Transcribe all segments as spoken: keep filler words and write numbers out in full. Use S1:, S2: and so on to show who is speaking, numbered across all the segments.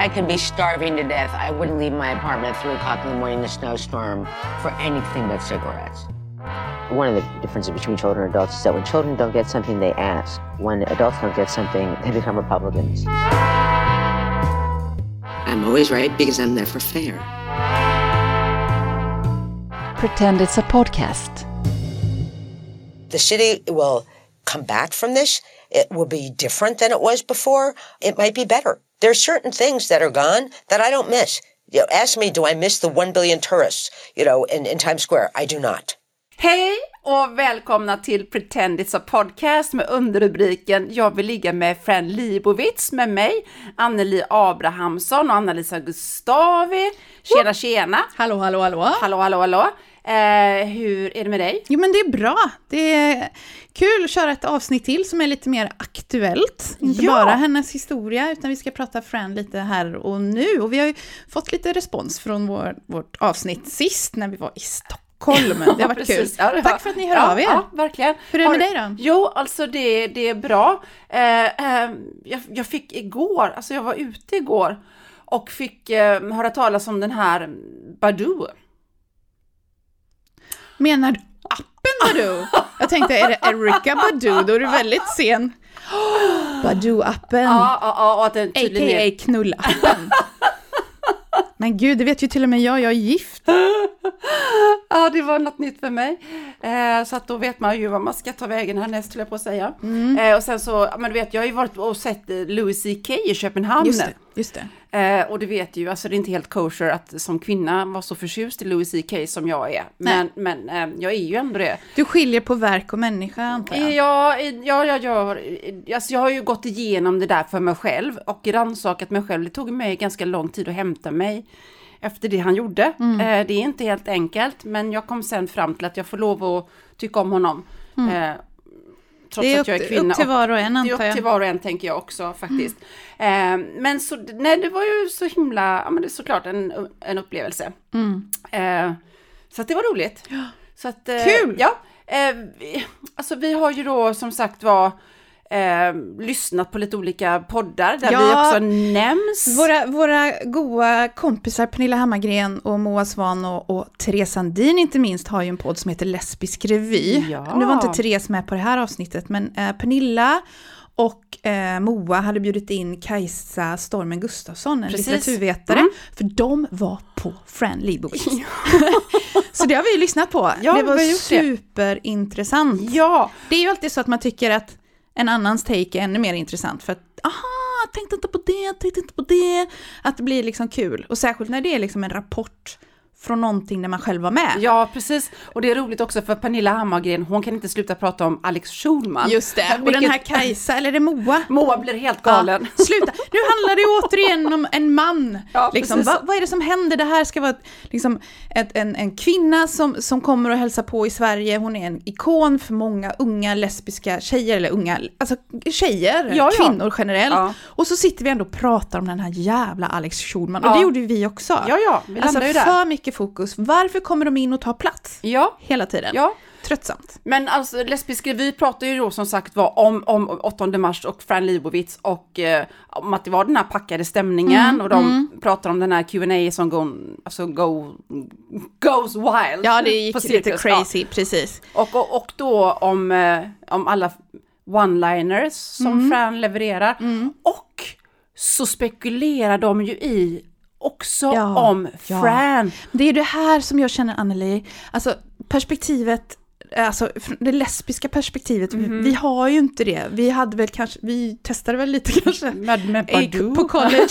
S1: I could be starving to death. I wouldn't leave my apartment at three o'clock in the morning in a snowstorm for anything but cigarettes.
S2: One of the differences between children and adults is that when children don't get something, they ask. When adults don't get something, they become Republicans.
S3: I'm always right because I'm never fair.
S4: Pretend it's a podcast.
S5: The city will come back from this. It will be different than it was before. It might be better. There are certain things that are gone that I don't miss. You know, ask me, do I miss the one billion tourists, you know, in, in Times Square? I do not.
S6: Hej och välkomna till Pretend It's a Podcast med underrubriken Jag vill ligga med Fran Lebowitz med mig, Anneli Abrahamsson och Anna-Lisa Gustavi. Tjena, tjena.
S7: Hallå, hallå, hallå.
S6: Hallå, hallå, hallå. Eh, hur är det med dig?
S7: Jo, men det är bra. Det är kul att köra ett avsnitt till som är lite mer aktuellt. Inte
S6: ja.
S7: bara hennes historia, utan vi ska prata Fran lite här och nu. Och vi har ju fått lite respons från vår, vårt avsnitt sist när vi var i Stockholm. Det har varit kul.
S6: Ja, det
S7: Tack
S6: var...
S7: för att ni hör
S6: ja,
S7: av er.
S6: Ja, verkligen.
S7: Hur är det med dig då?
S6: Jo, alltså det, det är bra. Eh, eh, jag, jag fick igår, alltså jag var ute igår och fick eh, höra talas om den här Badoo.
S7: Menar du appen Badoo? Jag tänkte, är det Erykah Badu? Då är du väldigt sen. Badoo-appen.
S6: Ja, ja, ja. Och att den
S7: A K A knullappen. Men gud, det vet ju till och med jag, jag är gift.
S6: Ja, det var något nytt för mig. Eh, så att då vet man ju vad man ska ta vägen härnäst, skulle jag på att säga. Mm. Eh, och sen så, men du vet, jag har ju varit och sett Louis C K i Köpenhamn.
S7: Just det, just det.
S6: Eh, och det vet ju, alltså det är inte helt kosher att som kvinna vara så förtjust i Louis C K som jag är. Men, men eh, jag är ju ändå det.
S7: Du skiljer på verk och människa, antar jag.
S6: Ja, ja, ja, ja alltså jag har ju gått igenom det där för mig själv och rannsakat mig själv. Det tog mig ganska lång tid att hämta mig efter det han gjorde. Mm. Eh, det är inte helt enkelt, men jag kom sen fram till att jag får lov att tycka om honom. Mm. Eh, trots
S7: det är
S6: att jag är
S7: upp,
S6: kvinna.
S7: upp till var och en, antar jag.
S6: Det är upp till var och en, tänker jag också, faktiskt. Mm. Eh, men så, nej, det var ju så himla, ja men det är såklart en, en upplevelse. Mm. Eh, så att det var roligt.
S7: Ja.
S6: Så att, eh,
S7: kul!
S6: Ja, eh, vi, alltså vi har ju då som sagt var Eh, lyssnat på lite olika poddar där
S7: ja,
S6: vi också nämns.
S7: Våra, våra goa kompisar Pernilla Hammargren och Moa Svan och, och Therese Sandin inte minst har ju en podd som heter Lesbisk revy.
S6: Ja.
S7: Nu var inte Therese med på det här avsnittet, men eh, Pernilla och eh, Moa hade bjudit in Kajsa Stormen Gustafsson, en
S6: Precis.
S7: litteraturvetare,
S6: Mm.
S7: för de var på Fran Lebowitz. Så det har vi ju lyssnat på.
S6: Ja,
S7: det var
S6: vi har gjort
S7: superintressant.
S6: Det. Ja.
S7: Det är ju alltid så att man tycker att en annans take är ännu mer intressant för att, aha, jag tänkte inte på det, jag tänkte inte på det. Att det blir liksom kul. Och särskilt när det är liksom en rapport från någonting där man själv var med.
S6: Ja, precis. Och det är roligt också för Pernilla Hammargren, hon kan inte sluta prata om Alex Schulman.
S7: Just det. Och
S6: Vilket...
S7: den här Kajsa, eller är det Moa?
S6: Moa blir helt galen.
S7: Ja, sluta. Nu handlar det återigen om en man.
S6: Ja,
S7: liksom, vad, vad är det som händer? Det här ska vara liksom, ett, en, en kvinna som, som kommer och hälsar på i Sverige. Hon är en ikon för många unga lesbiska tjejer, eller unga, alltså tjejer,
S6: ja, ja.
S7: kvinnor generellt.
S6: Ja.
S7: Och så sitter vi ändå och pratar om den här jävla Alex Schulman.
S6: Ja.
S7: Och det gjorde vi också.
S6: Ja, ja. Vi
S7: alltså
S6: ju där.
S7: För mycket fokus. Varför kommer de in och tar plats?
S6: Ja.
S7: Hela tiden.
S6: Ja.
S7: Tröttsamt.
S6: Men alltså, Lesbisk revy pratar ju då som sagt var om, om åttonde mars och Fran Lebowitz och eh, om att det var den här packade stämningen mm, och de mm. pratar om den här Q and A som go, alltså go, goes wild.
S7: Ja, det gick
S6: på
S7: lite crazy, ja. Precis.
S6: Och, och, och då om, eh, om alla one-liners som mm. Fran levererar. Mm. Och så spekulerar de ju i också ja, om Fran.
S7: Ja. Det är det här som jag känner, Anneli. Alltså perspektivet, alltså det lesbiska perspektivet, mm-hmm. vi, vi har ju inte det. Vi hade väl kanske, vi testade väl lite kanske
S6: med, med
S7: på college.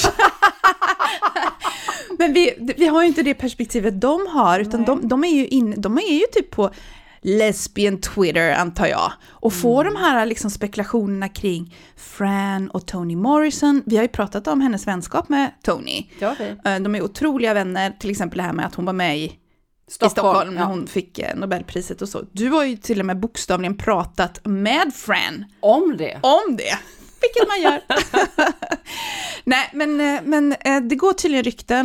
S7: Men vi, vi har ju inte det perspektivet de har, utan de, de är ju in, de är ju typ på lesbian Twitter, antar jag. Och mm. får de här liksom spekulationerna kring Fran och Toni Morrison. Vi har ju pratat om hennes vänskap med Toni.
S6: Ja, okay.
S7: De är otroliga vänner. Till exempel det här med att hon var med i Stockholm, i Stockholm när ja. hon fick Nobelpriset och så. Du har ju till och med bokstavligen pratat med Fran.
S6: Om det.
S7: Om det. Vilket man gör. Nej, men, men det går tydligen rykten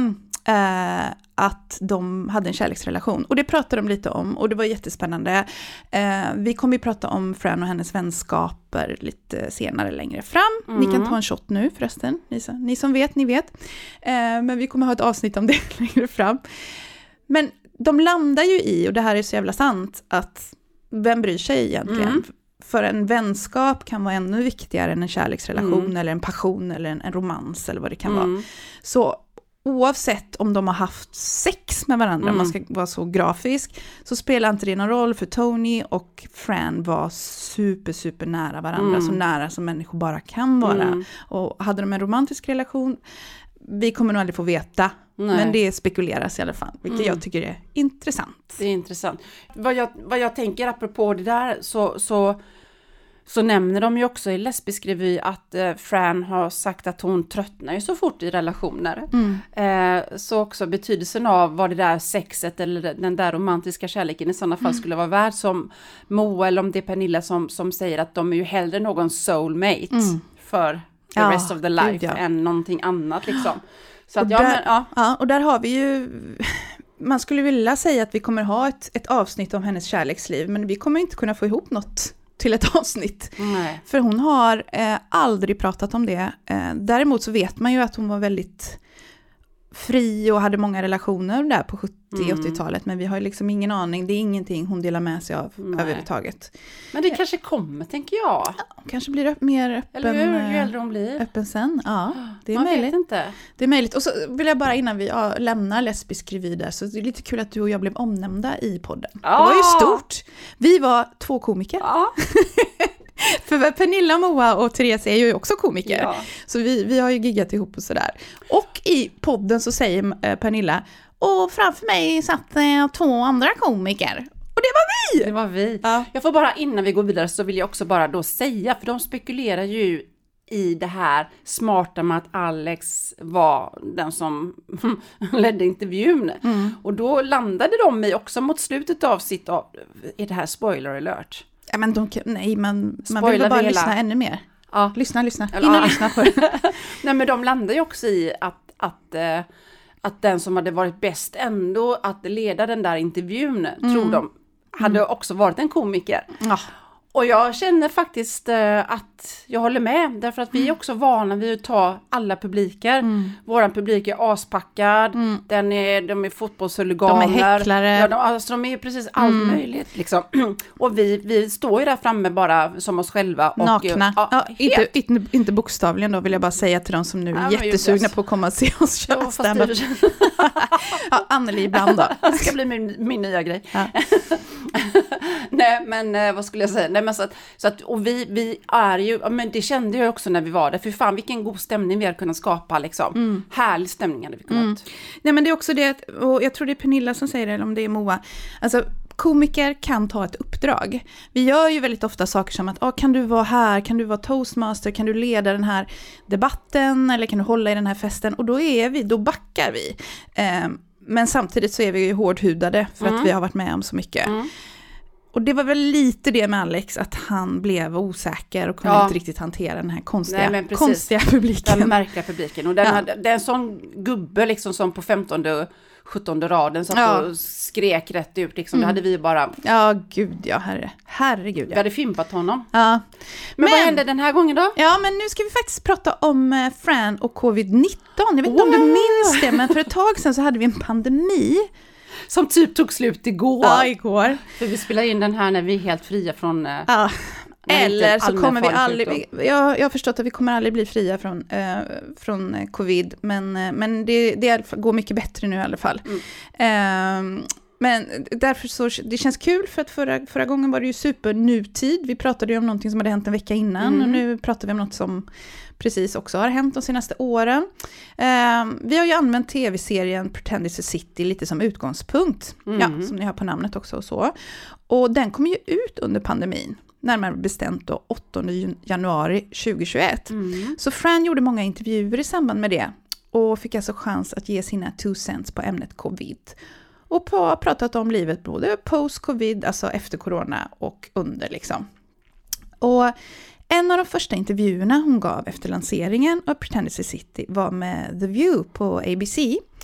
S7: eh, att de hade en kärleksrelation. Och det pratade de lite om och det var jättespännande. Eh, vi kommer ju prata om Fran och hennes vänskaper lite senare längre fram. Mm. Ni kan ta en shot nu förresten. Ni, ni som vet, ni vet. Eh, men vi kommer ha ett avsnitt om det längre fram. Men de landar ju i, och det här är så jävla sant, att vem bryr sig egentligen? Mm. För en vänskap kan vara ännu viktigare än en kärleksrelation mm. eller en passion eller en, en romans eller vad det kan mm. vara. Så oavsett om de har haft sex med varandra, mm. man ska vara så grafisk, så spelar inte det någon roll, för Tony och Fran var super, super nära varandra. Mm. Så nära som människor bara kan vara. Mm. Och hade de en romantisk relation, vi kommer nog aldrig få veta. Nej. Men det spekuleras i alla fall, vilket mm. jag tycker är intressant.
S6: Det är intressant. Vad jag, vad jag tänker apropå det där, så, så, så nämner de ju också i lesbisk revy att eh, Fran har sagt att hon tröttnar ju så fort i relationer. Mm. Eh, så också betydelsen av vad det där sexet eller den där romantiska kärleken i sådana fall mm. skulle vara värd, som Moa eller om det är Pernilla som, som säger att de är ju hellre någon soulmate mm. för the
S7: ja,
S6: rest of the life
S7: ja.
S6: än någonting annat liksom. Så
S7: och,
S6: att, ja,
S7: där,
S6: men, ja.
S7: Ja, och där har vi ju, man skulle vilja säga att vi kommer ha ett, ett avsnitt om hennes kärleksliv, men vi kommer inte kunna få ihop något till ett avsnitt. Nej. För hon har eh, aldrig pratat om det. Eh, däremot så vet man ju att hon var väldigt fri och hade många relationer där på sjuttio- och åttiotalet, men vi har ju liksom ingen aning, det är ingenting hon delar med sig av Nej. överhuvudtaget.
S6: Men det kanske kommer, tänker jag.
S7: Ja, kanske blir det mer öppen.
S6: Eller hur, ju äldre hon blir.
S7: Öppen sen, ja. Det är
S6: Man
S7: möjligt.
S6: vet inte.
S7: Det är möjligt. Och så vill jag bara, innan vi ja, lämnar lesbisk revy där, så det är lite kul att du och jag blev omnämnda i podden.
S6: Ja.
S7: Det var ju stort. Vi var två komiker.
S6: Ja.
S7: För Pernilla, Moa och Therese är ju också komiker.
S6: Ja.
S7: Så vi, vi har ju giggat ihop och sådär. Och i podden så säger eh, Pernilla, och framför mig satt eh, två andra komiker. Och det var vi!
S6: Det var vi.
S7: Ja.
S6: Jag får bara, innan vi går vidare så vill jag också bara då säga, för de spekulerar ju i det här smarta med att Alex var den som ledde intervjun. Mm. Och då landade de i också mot slutet av sitt, av, i det här spoiler alert.
S7: Ja, men de, nej, man, man vill bara
S6: hela...
S7: lyssna ännu mer.
S6: Ja.
S7: Lyssna, lyssna.
S6: Eller,
S7: Innan
S6: ja.
S7: lyssna på det.
S6: Nej, men de landar ju också i att, att, äh, att den som hade varit bäst ändå att leda den där intervjun, mm. tror de, hade mm. också varit en komiker.
S7: Ja.
S6: Och jag känner faktiskt uh, att jag håller med. Därför att vi är också vana vid att ta alla publiker. Mm. Våran publik är aspackad. Mm. Den är, de är fotbollshuliganer.
S7: De är häcklare.
S6: Ja, de, alltså, de är precis allt mm. möjligt. Liksom. Och vi, vi står ju där framme bara som oss själva. Och,
S7: nakna.
S6: Ja,
S7: ja, inte, inte, inte bokstavligen då, vill jag bara säga till de som nu är ja, jättesugna på att komma och se oss köra stand-up. Ja, Anneli ibland då.
S6: Det ska bli min, min nya grej. Ja. Nej, men vad skulle jag säga? Nej, men så att, så att, och vi, vi är ju, men det kände jag också när vi var där, för fan vilken god stämning vi hade kunnat skapa liksom. Mm. Härlig stämning hade vi kunnat. Mm.
S7: Nej, men det är också det, och jag tror det är Pernilla som säger det, eller om det är Moa. Alltså, komiker kan ta ett uppdrag. Vi gör ju väldigt ofta saker som att, ah, kan du vara här, kan du vara toastmaster, kan du leda den här debatten, eller kan du hålla i den här festen? Och då är vi, då backar vi. Eh, men samtidigt så är vi ju hårdhudade för mm. att vi har varit med om så mycket. Mm. Och det var väl lite det med Alex, att han blev osäker och kunde ja. inte riktigt hantera den här konstiga, Nej, konstiga publiken.
S6: Den märkliga publiken. Och den ja. hade, det är en sån gubbe liksom som på femtonde, sjuttonde raden satt ja. och skrek rätt ut. Liksom. Mm. Det hade vi bara...
S7: Ja, gud ja, herre. herregud. Ja.
S6: Vi hade fimpat honom.
S7: Ja.
S6: Men, men vad hände den här gången då?
S7: Ja, men nu ska vi faktiskt prata om eh, Fran och covid nitton. Jag vet inte wow. om du minns det, men för ett tag sedan så hade vi en pandemi.
S6: Som typ tog slut igår.
S7: Ja, igår.
S6: För vi spelar in den här när vi är helt fria från... Eh,
S7: ja. Eller så kommer vi aldrig... Jag, jag har förstått att vi kommer aldrig bli fria från, eh, från covid. Men, men det, det går mycket bättre nu i alla fall. Mm. Eh, men därför så... Det känns kul för att förra, förra gången var det ju super nutid. Vi pratade ju om någonting som hade hänt en vecka innan. Mm. Och nu pratar vi om något som... precis också har hänt de senaste åren. Eh, vi har ju använt tv-serien Pretend It's a City lite som utgångspunkt. Mm. Ja, som ni har på namnet också och så. Och den kommer ju ut under pandemin. Närmare bestämt då åttonde januari tjugohundratjugoett. Mm. Så Fran gjorde många intervjuer i samband med det. Och fick alltså chans att ge sina two cents på ämnet covid. Och på, pratat om livet både post-covid, alltså efter corona och under liksom. Och en av de första intervjuerna hon gav efter lanseringen av Pretend It's a City var med The View på A B C.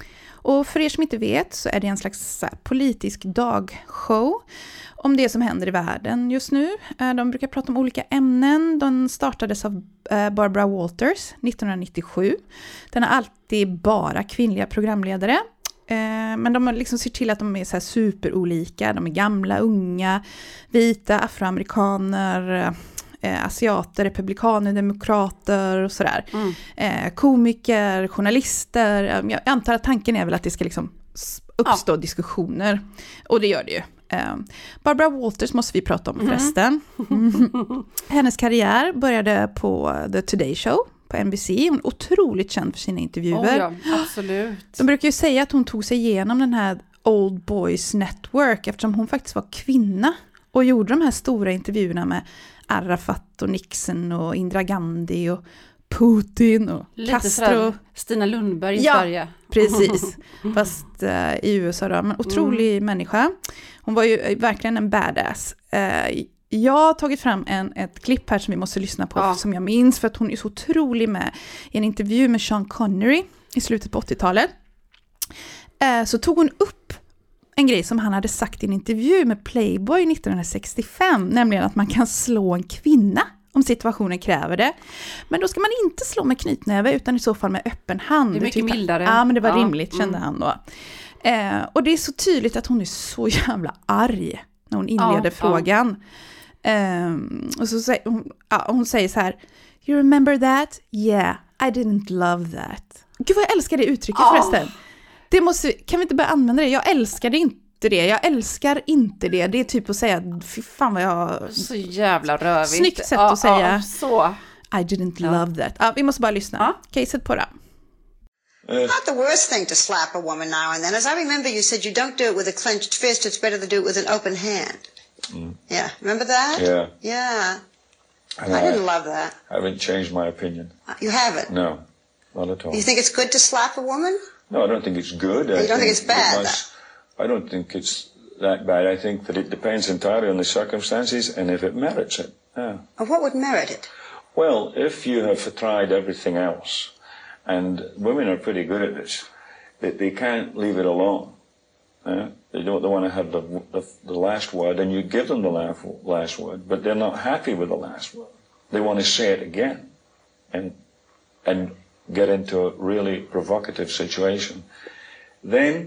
S7: Och för er som inte vet så är det en slags så här, politisk dagshow om det som händer i världen just nu. De brukar prata om olika ämnen. De startades av Barbara Walters nittonhundranittiosju. Den har alltid bara kvinnliga programledare. Men de liksom ser till att de är så här superolika. De är gamla, unga, vita, afroamerikaner, asiater, republikaner, demokrater och sådär. Mm. Komiker, journalister. Jag antar att tanken är väl att det ska liksom uppstå ja. diskussioner. Och det gör det ju. Barbara Walters måste vi prata om förresten. Mm. Hennes karriär började på The Today Show på N B C. Hon är otroligt känd för sina intervjuer.
S6: Oh ja, absolut.
S7: De brukar ju säga att hon tog sig igenom den här Old Boys Network eftersom hon faktiskt var kvinna och gjorde de här stora intervjuerna med Arafat och Nixon och Indira Gandhi och Putin och
S6: lite
S7: Castro.
S6: Stina Lundberg i
S7: ja,
S6: Sverige.
S7: Precis. Fast uh, i U S A då. Men otrolig mm. människa. Hon var ju verkligen en badass. Uh, jag har tagit fram en, ett klipp här som vi måste lyssna på ja. som jag minns. För att hon är så otrolig med i en intervju med Sean Connery i slutet på åttiotalet. Uh, så tog hon upp en grej som han hade sagt i en intervju med Playboy nittonhundrasextiofem. Nämligen att man kan slå en kvinna om situationen kräver det. Men då ska man inte slå med knytnäve utan i så fall med öppen hand.
S6: Det är mycket
S7: typ,
S6: mildare.
S7: Ja, men det var
S6: ja.
S7: rimligt kände mm. han då. Eh, och det är så tydligt att hon är så jävla arg när hon inleder ja, frågan. Ja. Eh, och så säger hon, ja, hon säger så här: You remember that? Yeah, I didn't love that. Gud vad jag älskar det uttrycket oh. förresten. Det måste, kan vi inte börja använda det? Jag älskar det inte. Det. Jag älskar inte det. Det är typ att säga, fy fan vad jag...
S6: Så jävla rövigt.
S7: Snyggt sätt
S6: ja,
S7: att säga.
S6: Ja, så.
S7: I didn't ja. love that. Ja, vi måste bara lyssna. Ja. Caset på det.
S8: It's not the worst thing to slap a woman now and then. As I remember, you said you don't do it with a clenched fist. It's better to do it with an open hand. Mm. Yeah, remember that?
S9: Yeah.
S8: Yeah.
S9: And
S8: I,
S9: I
S8: didn't love that.
S9: I haven't changed my opinion.
S8: You haven't?
S9: No, not at all.
S8: You think it's good to slap a woman?
S9: No, I don't think it's good.
S8: You
S9: I
S8: don't think,
S9: think
S8: it's bad?
S9: It must, I don't think it's that bad. I think that it depends entirely on the circumstances and if it merits it. Yeah.
S8: What would merit it?
S9: Well, if you have tried everything else, and women are pretty good at this, they, they can't leave it alone. Yeah? They don't they want to have the, the the last word, and you give them the last, last word, but they're not happy with the last word. They want to say it again, and and get into a really provocative situation. Then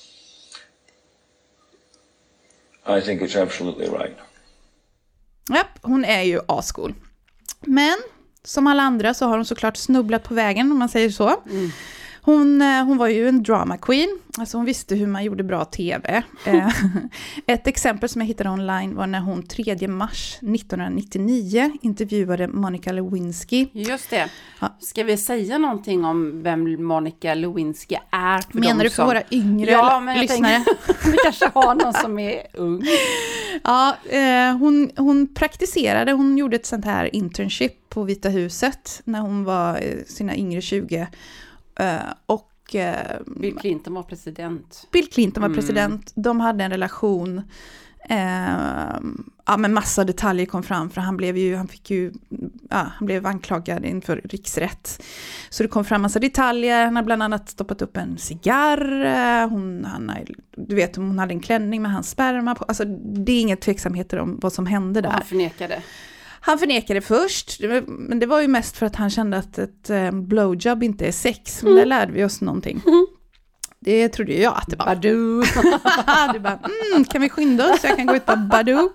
S9: I think it's absolutely right.
S7: Japp, hon är ju ascool. Men som alla andra så har hon såklart snubblat på vägen om man säger så. Mm. Hon, hon var ju en drama queen. Alltså hon visste hur man gjorde bra tv. Ett exempel som jag hittade online var när hon tredje mars nittonhundranittionio intervjuade Monica Lewinsky.
S6: Just det. Ja. Ska vi säga någonting om vem Monica Lewinsky är? För
S7: Menar du för som... våra yngre ja, men lyssnare?
S6: Tänker, vi kanske har någon som är ung.
S7: Ja, eh, hon, hon praktiserade. Hon gjorde ett sånt här internship på Vita huset när hon var sina yngre tjugo. Uh, och uh,
S6: Bill Clinton var president.
S7: Bill Clinton var mm. president. De hade en relation. Uh, ja, men massa detaljer kom fram för han blev ju han fick ju ja, han blev anklagad inför riksrätt. Så det kom fram massa detaljer. Han har bland annat stoppat upp en cigarr. Hon han du vet hon hade en klänning med hans sperma på. Alltså det är inga tveksamheter om vad som hände där.
S6: Och han förnekade.
S7: Han förnekade först, men det var ju mest för att han kände att ett blowjob inte är sex. Men mm. där lärde vi oss någonting. Mm. Det trodde jag att det var.
S6: Badoo.
S7: Du bara, mm, kan vi skynda oss så jag kan gå ut på Badoo?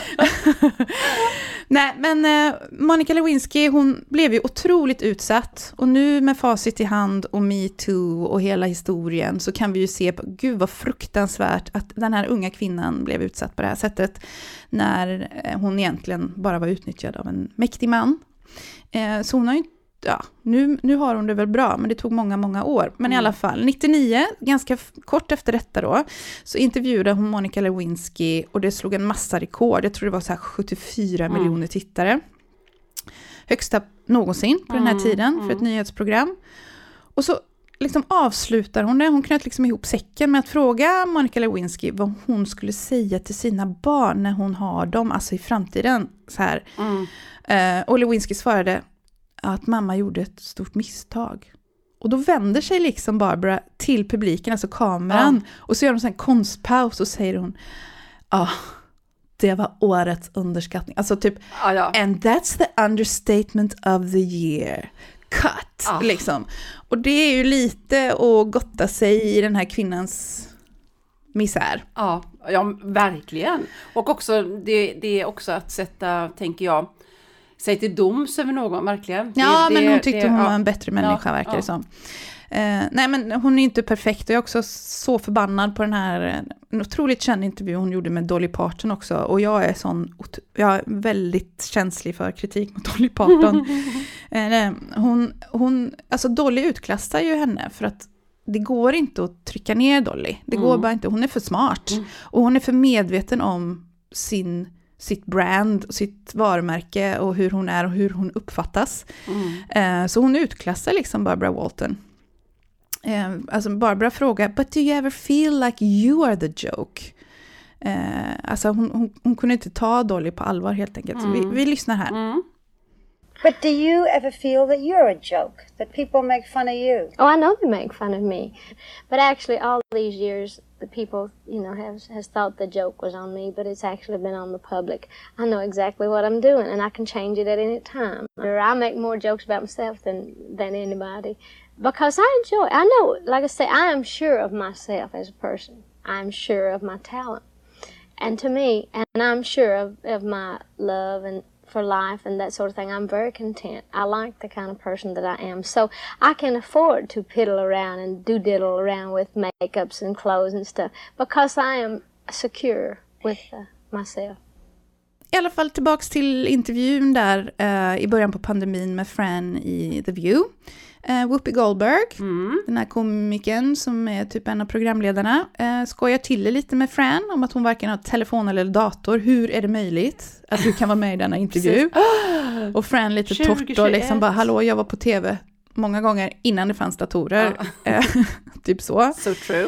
S7: Nej, men eh, Monica Lewinsky, hon blev ju otroligt utsatt. Och nu med facit i hand och Me Too och hela historien så kan vi ju se på, gud vad fruktansvärt att den här unga kvinnan blev utsatt på det här sättet. När eh, hon egentligen bara var utnyttjad av en mäktig man. Eh, så hon har ju Ja, nu, nu har hon det väl bra, men det tog många, många år. Men mm. i alla fall, nittionio, ganska f- kort efter detta då, så intervjuade hon Monica Lewinsky och det slog en massa rekord. Jag tror det var så här sjuttiofyra mm. miljoner tittare. Högsta någonsin på mm. den här tiden för ett mm. nyhetsprogram. Och så liksom avslutar hon det. Hon knöt liksom ihop säcken med att fråga Monica Lewinsky vad hon skulle säga till sina barn när hon har dem, alltså i framtiden. Så här. Mm. Uh, och Lewinsky svarade att mamma gjorde ett stort misstag. Och då vänder sig liksom Barbara till publiken, alltså kameran. Ja. Och så gör hon en konstpaus och säger hon, ja, ah, det var årets underskattning. Alltså typ,
S6: ja, ja.
S7: And that's the understatement of the year. Cut, ja. Liksom. Och det är ju lite att gotta sig i den här kvinnans misär.
S6: Ja, ja verkligen. Och också, det, det är också att sätta, tänker jag, säg till doms över någon, verkligen.
S7: Ja,
S6: det,
S7: men hon
S6: det,
S7: tyckte
S6: det,
S7: hon
S6: ja.
S7: var en bättre människa, ja, verkar det ja. som. Eh, nej, men hon är inte perfekt. Och jag är också så förbannad på den här en otroligt känd intervju hon gjorde med Dolly Parton också. Och jag är sån, jag är väldigt känslig för kritik mot Dolly Parton. eh, hon, hon, alltså Dolly utklassar ju henne för att det går inte att trycka ner Dolly. Det går mm. bara inte. Hon är för smart. Mm. Och hon är för medveten om sin, sitt brand och sitt varumärke och hur hon är och hur hon uppfattas. Mm. Eh, så hon utklassar liksom Barbara Walton. Eh, alltså Barbara frågar, but do you ever feel like you are the joke? Eh, alltså hon, hon, hon kunde inte ta Dolly på allvar helt enkelt. Mm. Så vi, vi lyssnar här.
S6: Mm.
S10: But do you ever feel that you're a joke? That people make fun of you?
S11: Oh, I know they make fun of me. But actually all these years the people, you know, have has thought the joke was on me, but it's actually been on the public. I know exactly what I'm doing and I can change it at any time. Or I make more jokes about myself than than anybody. Because I enjoy it. I know, like I say, I am sure of myself as a person. I'm sure of my talent. And to me, and I'm sure of, of my love and for life and that sort of thing. I'm very content. I like the kind of person that I am. So I can afford to piddle around and do-diddle around with makeups and clothes and stuff. Because I am secure with uh, myself.
S7: I alla fall tillbaks till intervjun där uh, i början på pandemin med Fran i The View. Uh, Whoopi Goldberg, mm. den här komikern som är typ en av programledarna, uh, skojar till det lite med Fran om att hon varken har telefon eller dator. Hur är det möjligt att du kan vara med i denna intervju? Och Fran lite torrt och liksom bara, hallå, jag var på tv många gånger innan det fanns datorer. Uh. Typ så.
S6: So true.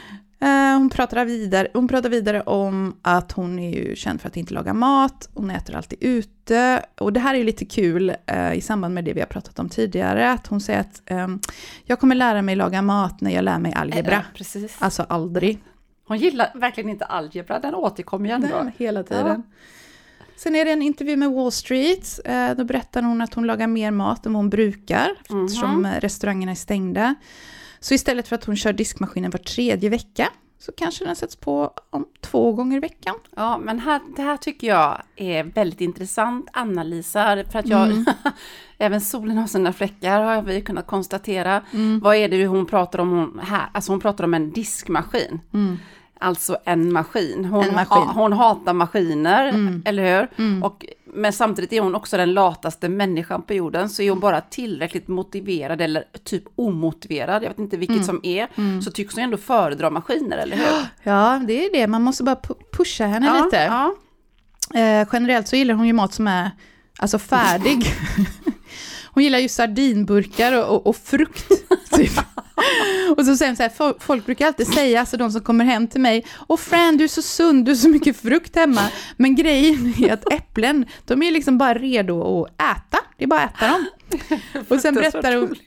S7: Uh, hon, pratar vidare, hon pratar vidare om att hon är ju känd för att inte laga mat. Hon äter alltid ute. Och det här är ju lite kul uh, i samband med det vi har pratat om tidigare. Att hon säger att um, jag kommer lära mig laga mat när jag lär mig algebra.
S6: Ja, precis.
S7: Alltså aldrig.
S6: Hon gillar verkligen inte algebra. Den återkommer ju ändå.
S7: Den, hela tiden. Ja. Sen är det en intervju med Wall Street. Uh, då berättar hon att hon lagar mer mat än vad hon brukar. Mm-hmm. Eftersom restaurangerna är stängda. Så istället för att hon kör diskmaskinen var tredje vecka så kanske den sätts på om två gånger i veckan.
S6: Ja, men här, det här tycker jag är väldigt intressant, Anna-Lisa. För att jag, mm. även solen har sina fläckar har vi kunnat konstatera. Mm. Vad är det hon pratar om hon, här? Alltså hon pratar om en diskmaskin. Mm. Alltså en maskin. Hon,
S7: en maskin.
S6: Ha, hon hatar maskiner, mm. eller hur? Mm. Och, men samtidigt är hon också den lataste människan på jorden. Så är hon bara tillräckligt motiverad eller typ omotiverad, jag vet inte vilket mm. som är. Mm. Så tycks hon ändå föredra maskiner, eller hur?
S7: Ja, det är det. Man måste bara pusha henne ja, lite. Ja. Eh, generellt så gillar hon ju mat som är alltså färdig. Hon gillar ju sardinburkar och, och, och frukt, typ. Och så säger hon så här, folk brukar alltid säga, alltså de som kommer hem till mig, och Fran, du är så sund, du har så mycket frukt hemma. Men grejen är att äpplen, de är liksom bara redo att äta. Det är bara att äta dem. Och sen berättar hon,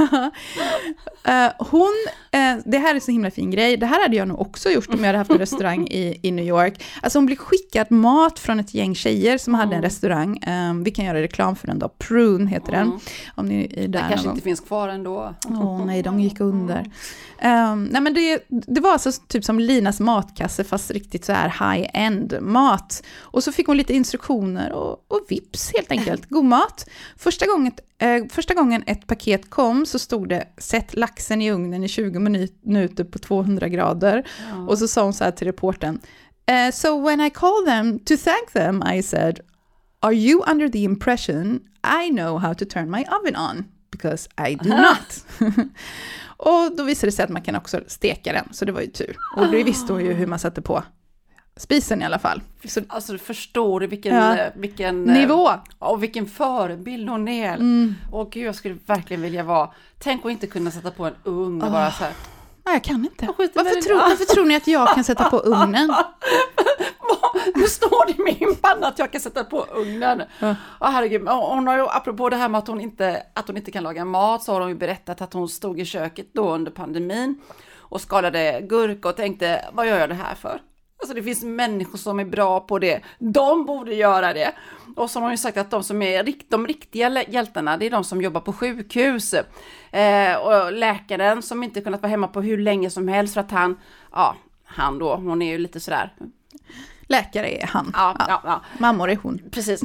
S7: uh, hon uh, det här är så himla fin grej. Det här hade jag nog också gjort om jag hade haft en restaurang i, i New York. Alltså hon blev skickad mat från ett gäng tjejer som mm. hade en restaurang. Um, vi kan göra reklam för den då. Prune heter den. Mm. Om ni är där.
S6: Det kanske inte finns kvar ändå.
S7: Åh oh, nej, de gick under. Um, nej men det, det var alltså typ som Linas matkasse fast riktigt så här high-end mat. Och så fick hon lite instruktioner och, och vips helt enkelt. God mat. Första gången Eh, första gången ett paket kom så stod det sätt laxen i ugnen i tjugo minuter på tvåhundra grader. Ja. Och så sa hon så här till reportern. Eh, so when I called them to thank them I said, are you under the impression I know how to turn my oven on? Because I do not. Och då visade det sig att man kan också steka den. Så det var ju tur. Och det visste hon ju hur man satte på spisen i alla fall.
S6: Så, alltså du förstår vilken, ja. vilken
S7: nivå
S6: och vilken förebild hon är. Mm. Och gud, jag skulle verkligen vilja vara. Tänk att inte kunna sätta på en ugn och oh. bara så här.
S7: Nej, jag kan inte. Varför, tro, varför tror ni att jag kan sätta på ugnen?
S6: nu står det i min panna att jag kan sätta på ugnen. Ja. Oh, herregud. Hon har ju, apropå det här med att hon, inte, att hon inte kan laga mat, så har hon ju berättat att hon stod i köket då under pandemin och skalade gurka och tänkte, vad gör jag det här för? Alltså det finns människor som är bra på det. De borde göra det. Och så har hon ju sagt att de som är de riktiga hjältarna, det är de som jobbar på sjukhus. Eh, och läkaren som inte kunnat vara hemma på hur länge som helst för att han, ja, han då, hon är ju lite sådär.
S7: Läkare är han.
S6: Ja, ja. Ja, ja.
S7: Mammor är hon.
S6: Precis.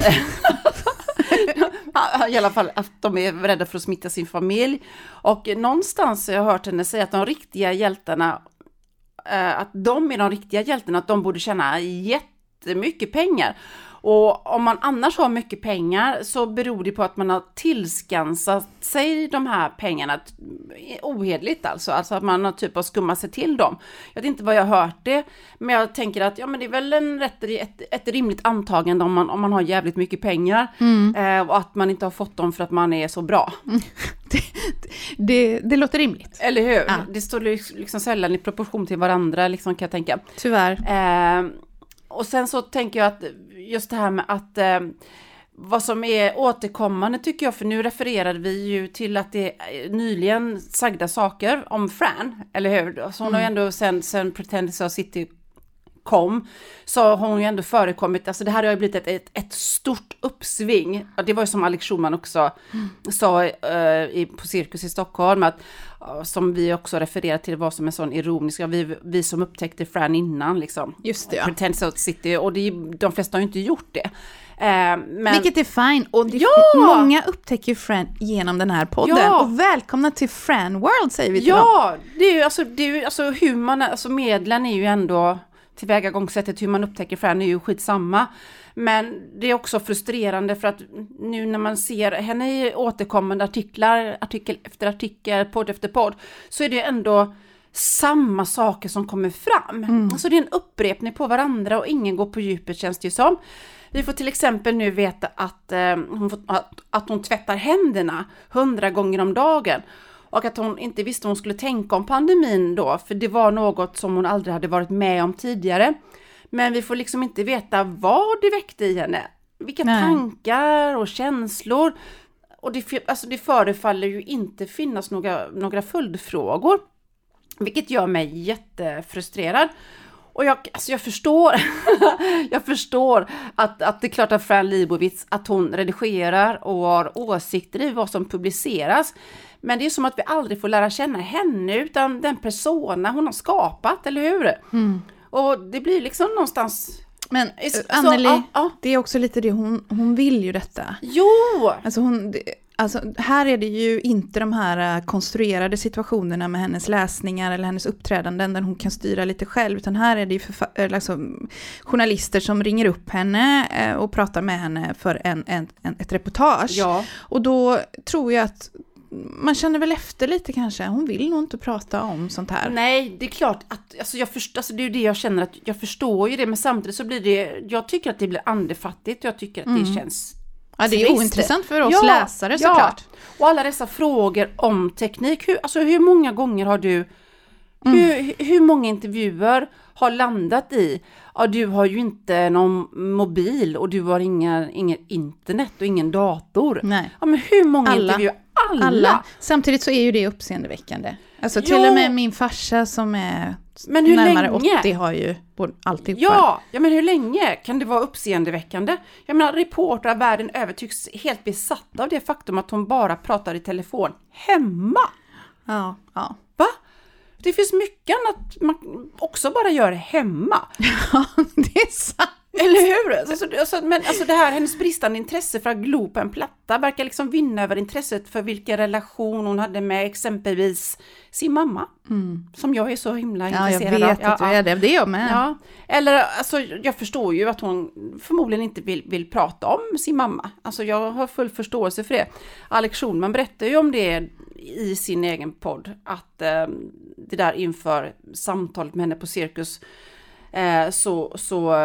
S6: I alla fall att de är rädda för att smitta sin familj. Och någonstans har jag hört henne säga att de riktiga hjältarna, att de är de riktiga hjältarna, att de borde tjäna jättemycket pengar. Och om man annars har mycket pengar så beror det på att man har tillskansat sig de här pengarna ohederligt alltså. Alltså att man har typ av skummat sig till dem. Jag vet inte vad jag har hört det, men jag tänker att ja, men det är väl en rätt, ett, ett rimligt antagande om man, om man har jävligt mycket pengar. Mm. Eh, och att man inte har fått dem för att man är så bra. Mm.
S7: Det, det, det låter rimligt.
S6: Eller hur? Ja. Det står liksom sällan i proportion till varandra liksom, kan jag tänka.
S7: Tyvärr.
S6: Eh, och sen så tänker jag att just det här med att eh, vad som är återkommande tycker jag, för nu refererade vi ju till att det är nyligen sagda saker om Fran, eller hur? Så hon mm. har ju ändå sen, sen Pretend City kom, så har hon ju ändå förekommit, alltså det här har ju blivit ett, ett, ett stort uppsving. Det var ju som Alex Schulman också mm. sa uh, i, på Cirkus i Stockholm, att, uh, som vi också refererar till, var som en sån ironisk, ja, vi, vi som upptäckte Fran innan liksom.
S7: Just det, ja.
S6: Pretend City, och det, de flesta har ju inte gjort det. Uh, men...
S7: Vilket är fine, och det,
S6: ja!
S7: många upptäcker ju Fran genom den här podden. Ja! Och välkomna till Fran World, säger vi till
S6: ja,
S7: dem.
S6: Det är ju alltså, det är ju, alltså hur man, alltså medlen är ju ändå tillvägagångssättet, hur man upptäcker Fran är ju skitsamma. Men det är också frustrerande för att nu när man ser henne i återkommande artiklar, artikel efter artikel, podd efter podd, så är det ändå samma saker som kommer fram. Mm. Alltså det är en upprepning på varandra och ingen går på djupet, känns det ju som. Vi får till exempel nu veta att, eh, hon, får, att, att hon tvättar händerna hundra gånger om dagen. Och att hon inte visste vad hon skulle tänka om pandemin då. För det var något som hon aldrig hade varit med om tidigare. Men vi får liksom inte veta vad det väckte i henne. Vilka Nej. tankar och känslor. Och det, alltså det förefaller ju inte finnas några, några följdfrågor. Vilket gör mig jättefrustrerad. Och jag, alltså jag förstår, jag förstår att, att det är klart att Fran Lebowitz, att hon redigerar och har åsikter i vad som publiceras. Men det är som att vi aldrig får lära känna henne utan den persona hon har skapat, eller hur? Mm. Och det blir liksom någonstans...
S7: Men så, Anneli, ja, ja. det är också lite det, hon, hon vill ju detta.
S6: Jo!
S7: Alltså hon... Det, Alltså, här är det ju inte de här konstruerade situationerna med hennes läsningar eller hennes uppträdanden där hon kan styra lite själv, utan här är det ju förfa- alltså, journalister som ringer upp henne och pratar med henne för en, en, en, ett reportage.
S6: Ja.
S7: Och då tror jag att man känner väl efter lite kanske. Hon vill nog inte prata om sånt här.
S6: Nej, det är klart att alltså jag först, alltså det är ju det jag känner, att jag förstår ju det, men samtidigt så blir det, jag tycker att det blir andefattigt och jag tycker att mm. det känns...
S7: Ja, det är ju ointressant för oss ja, läsare såklart.
S6: Ja. Och alla dessa frågor om teknik. Hur, alltså hur många gånger har du... Mm. Hur, hur många intervjuer har landat i... Ja, du har ju inte någon mobil och du har inga, ingen internet och ingen dator.
S7: Nej.
S6: Ja, men hur många
S7: alla.
S6: intervjuer? Alla.
S7: Alla. Samtidigt så är ju det uppseendeväckande. Alltså till jo. och med min farsa som är
S6: men hur
S7: närmare
S6: länge?
S7: åttio har ju alltid
S6: ja, ja, men hur länge kan det vara uppseendeväckande? Jag menar, reportrar världen över tycks helt besatta av det faktum att hon bara pratar i telefon hemma.
S7: Ja, ja.
S6: Va? Det finns mycket annat man också bara gör hemma.
S7: Ja, det är sant.
S6: Eller hur? Alltså, alltså, men alltså det här, hennes bristande intresse för att glo på en platta verkar liksom vinna över intresset för vilken relation hon hade med exempelvis sin mamma. Mm. Som jag är så himla intresserad av.
S7: Ja, jag vet av. att du är det. Det är jag med.
S6: Ja. Eller, alltså, jag förstår ju att hon förmodligen inte vill, vill prata om sin mamma. Alltså, jag har full förståelse för det. Alex Schulman berättar ju om det i sin egen podd. Att eh, det där inför samtalet med henne på Cirkus eh, så... så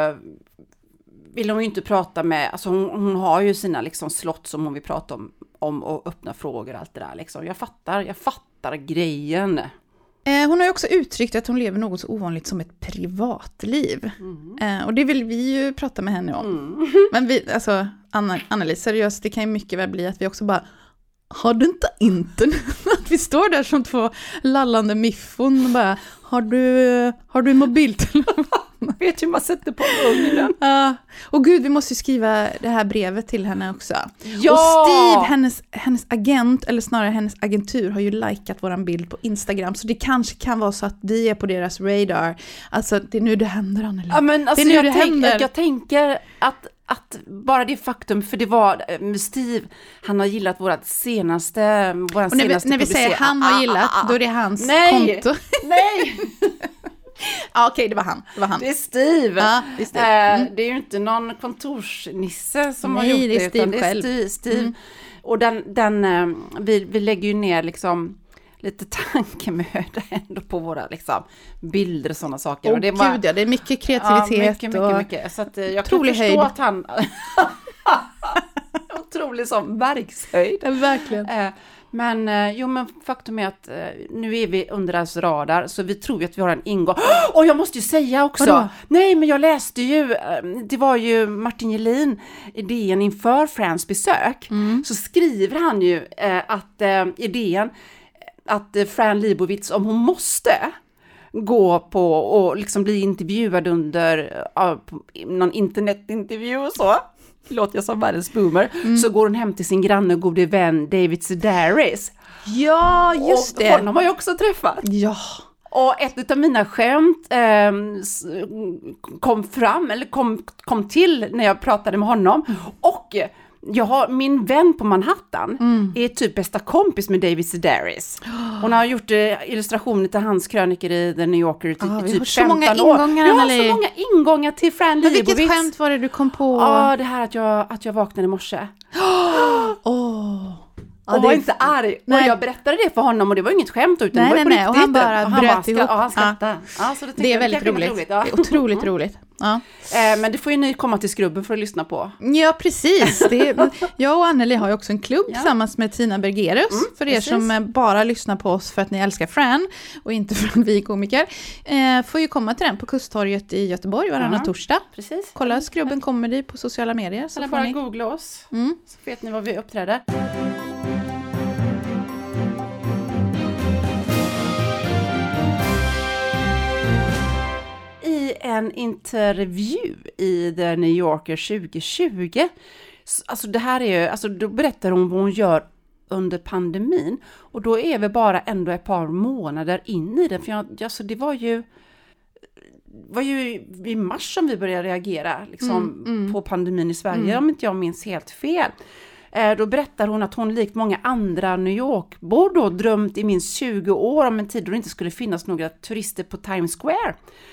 S6: vill hon ju inte prata med, alltså hon, hon har ju sina liksom slott som hon vill prata om, om och öppna frågor och allt det där liksom. Jag fattar, jag fattar grejen.
S7: Eh, hon har ju också uttryckt att hon lever något så ovanligt som ett privatliv. Mm. Eh, och det vill vi ju prata med henne om. Mm. Men vi, alltså, Anna, Anneli, seriöst, det kan ju mycket väl bli att vi också bara, har du inte internet? Att vi står där som två lallande miffon och bara, har du, har du mobiltelefon?
S6: Vet ju man sätter på ugnen.
S7: Ja, och gud, vi måste ju skriva det här brevet till henne också.
S6: Ja!
S7: Och Steve, hennes, hennes agent, eller snarare hennes agentur, har ju likat våran bild på Instagram. Så det kanske kan vara så att vi är på deras radar. Alltså, det är nu det händer, Anneli.
S6: Ja, men alltså,
S7: det är nu
S6: jag,
S7: det
S6: tänk,
S7: händer.
S6: jag tänker att, att bara det faktum, för det var med Steve, han har gillat vårat senaste, våran
S7: och när
S6: senaste
S7: vi, när vi säger han har gillat, ah, ah, ah. då är det hans
S6: Nej.
S7: konto.
S6: Nej!
S7: Ja, okej, okay, det var han. Det var han.
S6: Det är Steve.
S7: Ja, det, är Steve. Mm.
S6: Eh, det är ju inte någon kontorsnisse som
S7: Nej,
S6: har gjort det,
S7: det är Steve
S6: utan det är
S7: själv.
S6: Steve. Steve.
S7: Mm.
S6: Och den, den eh, vi, vi lägger ju ner liksom lite tankemöda ändå på våra liksom, bilder och sådana saker.
S7: Åh,
S6: och det var,
S7: gud, ja, det är mycket kreativitet.
S6: Ja, mycket, mycket,
S7: och
S6: mycket. Så att, eh, jag kan
S7: otrolig
S6: förstå
S7: höjd.
S6: att han... otrolig som verkshöjd.
S7: Ja, verkligen.
S6: Eh, Men, eh, jo, men faktum är att eh, nu är vi under deras radar, så vi tror ju att vi har en ingång. Och jag måste ju säga också,
S7: Vadå?
S6: nej men jag läste ju, eh, det var ju Martin Gelin, idén inför Frans besök,
S7: Mm.
S6: så skriver han ju eh, att eh, idén, att eh, Fran Lebowitz, om hon måste gå på och liksom bli intervjuad under uh, någon internetintervju och så, låter jag som världens boomer, mm. så går hon hem till sin granne och gode vän David Sedaris.
S7: Ja, just
S6: och
S7: det.
S6: Honom har jag också träffat.
S7: Ja.
S6: Och ett av mina skämt eh, kom fram, eller kom, kom till när jag pratade med honom. Mm. Och jag har, min vän på Manhattan mm. är typ bästa kompis med David Sedaris. Hon har gjort eh, illustrationer till hans krönikor i The New Yorker i
S7: ah,
S6: typ
S7: så många
S6: femton år.
S7: Ingångar,
S6: vi har
S7: Anneli.
S6: så många ingångar till Fran Lebowitz.
S7: Vilket skämt var det du kom på?
S6: Ja, det här att jag, att jag vaknade i morse.
S7: Åh! oh.
S6: Och ja, var inte arg. Nej. Och jag berättade det för honom och det var inget skämt utan
S7: nej,
S6: det var
S7: nej,
S6: på
S7: nej.
S6: riktigt.
S7: Och han bara
S6: och
S7: bröt
S6: han bara,
S7: ihop.
S6: Ja, han skrattade.
S7: Ja.
S6: Ja, så det,
S7: det är väldigt roligt. roligt ja. Det är otroligt roligt. Ja.
S6: Eh, men det får ju ni komma till Skrubben för att lyssna på.
S7: Ja, precis. Det är, jag och Anneli har ju också en klubb ja. tillsammans med Tina Bergerus. Mm, för er precis. som bara lyssnar på oss för att ni älskar Fran och inte för att vi är komiker. Eh, får ju komma till den på Kusttorget i Göteborg varannan ja. torsdag.
S6: Precis.
S7: Kolla Skrubben Comedy på sociala medier.
S6: Så bara ni... googla oss. Mm. Så vet ni vad vi uppträder. I en intervju i The New Yorker tjugo tjugo, alltså det här är ju, alltså då berättar hon vad hon gör under pandemin, och då är vi bara ändå ett par månader in i den, för jag, alltså det var ju var ju i mars som vi började reagera liksom, mm, mm. på pandemin i Sverige, mm. om inte jag minns helt fel. Eh, då berättar hon att hon likt många andra New York-bor då drömt i minst tjugo år om en tid då det inte skulle finnas några turister på Times Square.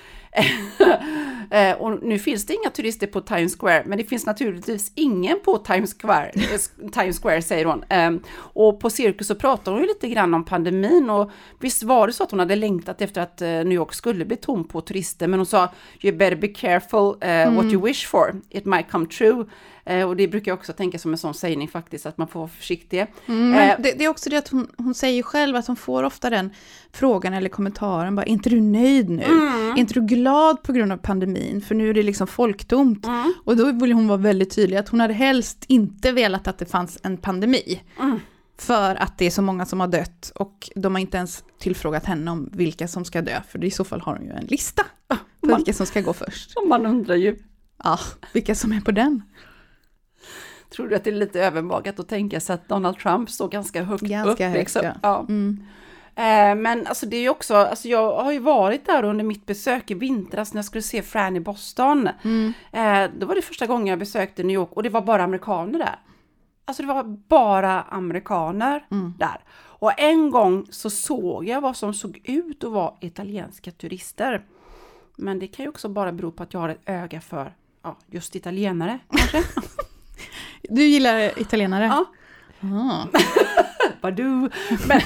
S6: eh, och nu finns det inga turister på Times Square, men det finns naturligtvis ingen på Times Square, Times Square säger hon. Eh, och på Cirkus så pratar hon ju lite grann om pandemin, och visst var det så att hon hade längtat efter att eh, New York skulle bli tom på turister, men hon sa you better be careful uh, mm. what you wish for, it might come true. Eh, och det brukar jag också tänka som en sån sägning faktiskt, att man får vara försiktig.
S7: Mm, men eh, det, det är också det att hon, hon säger själv att hon får ofta den frågan eller kommentaren, bara, är inte du nöjd nu? Mm. Är inte du glad på grund av pandemin? För nu är det liksom folktomt. Mm. Och då vill hon vara väldigt tydlig att hon hade helst inte velat att det fanns en pandemi. Mm. För att det är så många som har dött, och de har inte ens tillfrågat henne om vilka som ska dö. För i så fall har hon ju en lista på man, vilka som ska gå först.
S6: Man undrar ju.
S7: Ja, vilka som är på den.
S6: Tror du att det är lite övermagat att tänka sig att Donald Trump står ganska högt
S7: ganska
S6: upp?
S7: Högt,
S6: liksom.
S7: ja.
S6: Ja.
S7: Mm.
S6: Eh, men alltså det är ju också, alltså jag har ju varit där under mitt besök i vintras när jag skulle se Fran i Boston. Mm. Eh, då var det första gången jag besökte New York, och det var bara amerikaner där. Alltså det var bara amerikaner mm. där. Och en gång så såg jag vad som såg ut att vara italienska turister. Men det kan ju också bara bero på att jag har ett öga för ja, just italienare kanske.
S7: Du gillar italienare?
S6: Ja.
S7: Ah.
S6: Badu. Men,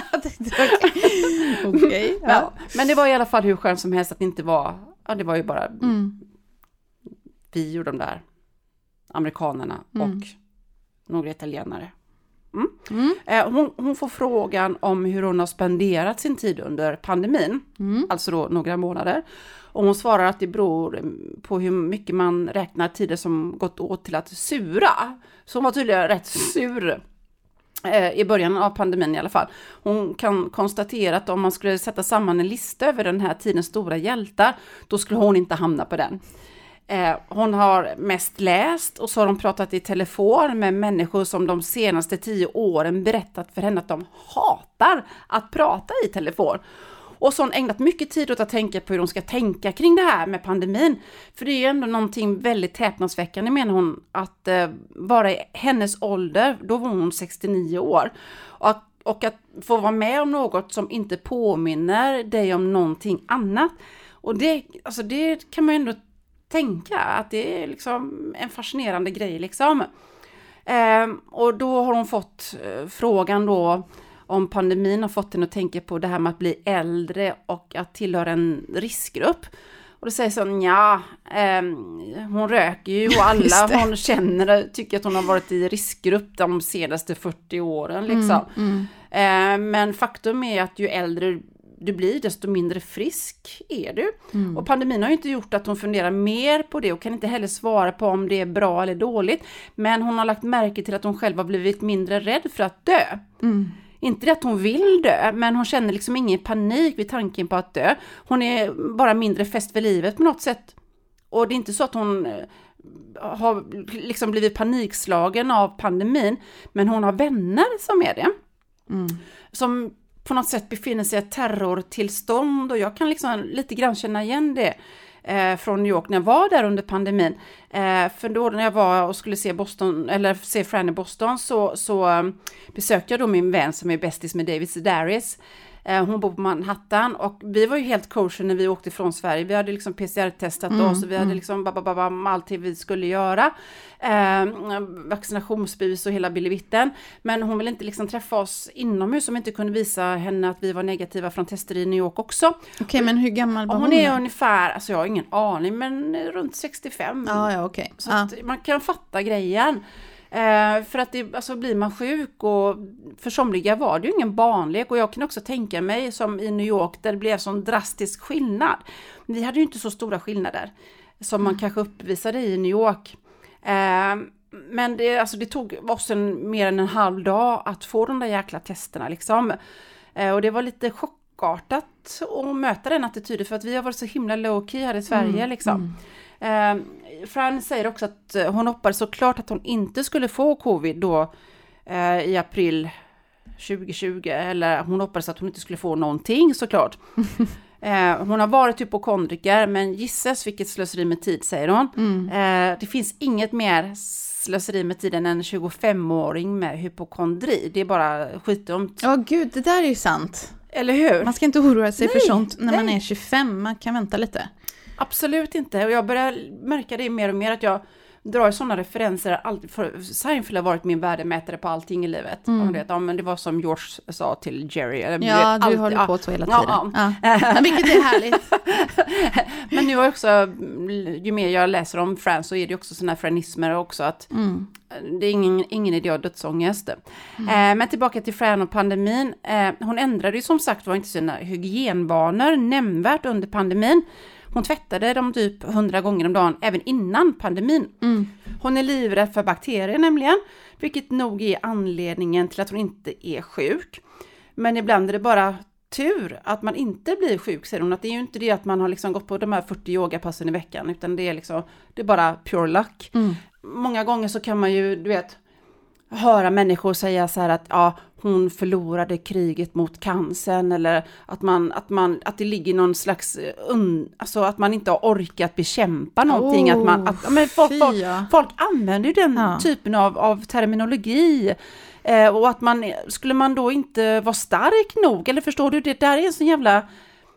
S7: okay, ja.
S6: ja. Men det var i alla fall hur skönt som helst att det inte var, ja det var ju bara mm. vi och de där amerikanerna mm. och några italienare. Mm. Mm. Eh, hon, hon får frågan om hur hon har spenderat sin tid under pandemin. Mm. Alltså då några månader. Och hon svarar att det beror på hur mycket man räknar tider som gått åt till att sura. Så hon var tydligen rätt sur eh, i början av pandemin i alla fall. Hon kan konstatera att om man skulle sätta samman en lista över den här tidens stora hjältar, då skulle hon inte hamna på den. Eh, hon har mest läst och så har hon pratat i telefon med människor som de senaste tio åren berättat för henne att de hatar att prata i telefon. Och så har hon ägnat mycket tid åt att tänka på hur de ska tänka kring det här med pandemin. För det är ju ändå någonting väldigt häpnadsväckande, menar hon, att eh, vara i hennes ålder, då var hon sextionio år. Och, och att få vara med om något som inte påminner dig om någonting annat. Och det, alltså det kan man ju ändå tänka att det är liksom en fascinerande grej liksom. Eh, och då har hon fått eh, frågan då om pandemin har fått henne att tänka på det här med att bli äldre och att tillhöra en riskgrupp. Och det säger så, ja, eh, hon röker ju och alla hon känner tycker att hon har varit i riskgrupp de senaste fyrtio åren liksom. Mm, mm. Eh, men faktum är att ju äldre du blir, desto mindre frisk är du. Mm. Och pandemin har ju inte gjort att hon funderar mer på det och kan inte heller svara på om det är bra eller dåligt. Men hon har lagt märke till att hon själv har blivit mindre rädd för att dö. Mm. Inte det att hon vill dö, men hon känner liksom ingen panik vid tanken på att dö. Hon är bara mindre fäst för livet på något sätt. Och det är inte så att hon har liksom blivit panikslagen av pandemin, men hon har vänner som är det. Mm. Som på något sätt befinner sig i ett terrortillstånd, och jag kan liksom lite grann känna igen det eh, från New York när jag var där under pandemin. Eh, för då när jag var och skulle se Boston, eller se Fran i Boston, så, så um, besökte jag då min vän som är bästis med David Sedaris. Eh, hon bor på Manhattan och vi var ju helt kosher när vi åkte från Sverige. Vi hade liksom P C R-testat mm, oss och vi hade mm. liksom babababam, allt vi skulle göra. Eh, vaccinationsbevis och hela bilevitten. Men hon ville inte liksom träffa oss inomhus om vi inte kunde visa henne att vi var negativa från tester i New York också.
S7: Okej, okay, men hur gammal var hon?
S6: Hon är ungefär, alltså jag har ingen aning, men runt sextiofem.
S7: Ah, ja, okej. Okay.
S6: Så ah. att man kan fatta grejen. Eh, för att det, alltså, blir man sjuk, och för somliga var det ju ingen barnlek, och jag kan också tänka mig som i New York där det blev sån drastisk skillnad. Vi hade ju inte så stora skillnader som man mm. kanske uppvisade i New York. Eh, men det, alltså, det tog oss en, mer än en halv dag att få de där jäkla testerna liksom. Eh, och det var lite chockartat att möta den attityden, för att vi har varit så himla low key här i Sverige mm. liksom. Mm. Eh, Fran säger också att hon hoppades såklart att hon inte skulle få covid då eh, i april tjugohundratjugo, eller hon hoppades att hon inte skulle få någonting såklart. eh, hon har varit hypokondriker, men gissas vilket slöseri med tid, säger hon. Mm. Eh, det finns inget mer slöseri med tiden än en tjugofemåring med hypokondri. Det är bara skitdumt.
S7: Ja, gud, det där är ju sant.
S6: Eller hur?
S7: Man ska inte oroa sig nej, för sånt när
S6: nej.
S7: man är tjugofem. Man kan vänta lite.
S6: Absolut inte. Och jag börjar märka det mer och mer, att jag drar sådana referenser. Alltid, för Seinfeld har varit min värdemätare på allting i livet. Mm. Vet, ja, men det var som George sa till Jerry. Eller,
S7: ja,
S6: vet,
S7: du
S6: alltid,
S7: håller
S6: ja,
S7: på så hela tiden.
S6: Ja,
S7: ja. Ja. Vilket är härligt.
S6: Men nu också, ju mer jag läser om Fran, så är det också sådana här franismer också. Att mm. det är ingen, ingen idé av dödsångest. Mm. Eh, men tillbaka till Fran och pandemin. Eh, hon ändrade ju som sagt var inte sina hygienvanor nämnvärt under pandemin. Hon tvättade dem typ hundra gånger om dagen även innan pandemin. Mm. Hon är livrädd för bakterier nämligen, vilket nog är anledningen till att hon inte är sjuk. Men ibland är det bara tur att man inte blir sjuk, säger hon. Att det är ju inte det att man har liksom gått på de här fyrtio yogapassen i veckan, utan det är liksom, det är bara pure luck. Mm. Många gånger så kan man ju, du vet, höra människor säga så här att ja, hon förlorade kriget mot cancern, eller att man att man att det ligger någon slags un, alltså att man inte har orkat bekämpa någonting, oh, att man att men folk, folk, folk använder ju den ja. typen av av terminologi. Eh, och att man skulle man då inte vara stark nog, eller förstår du, det där är en sån jävla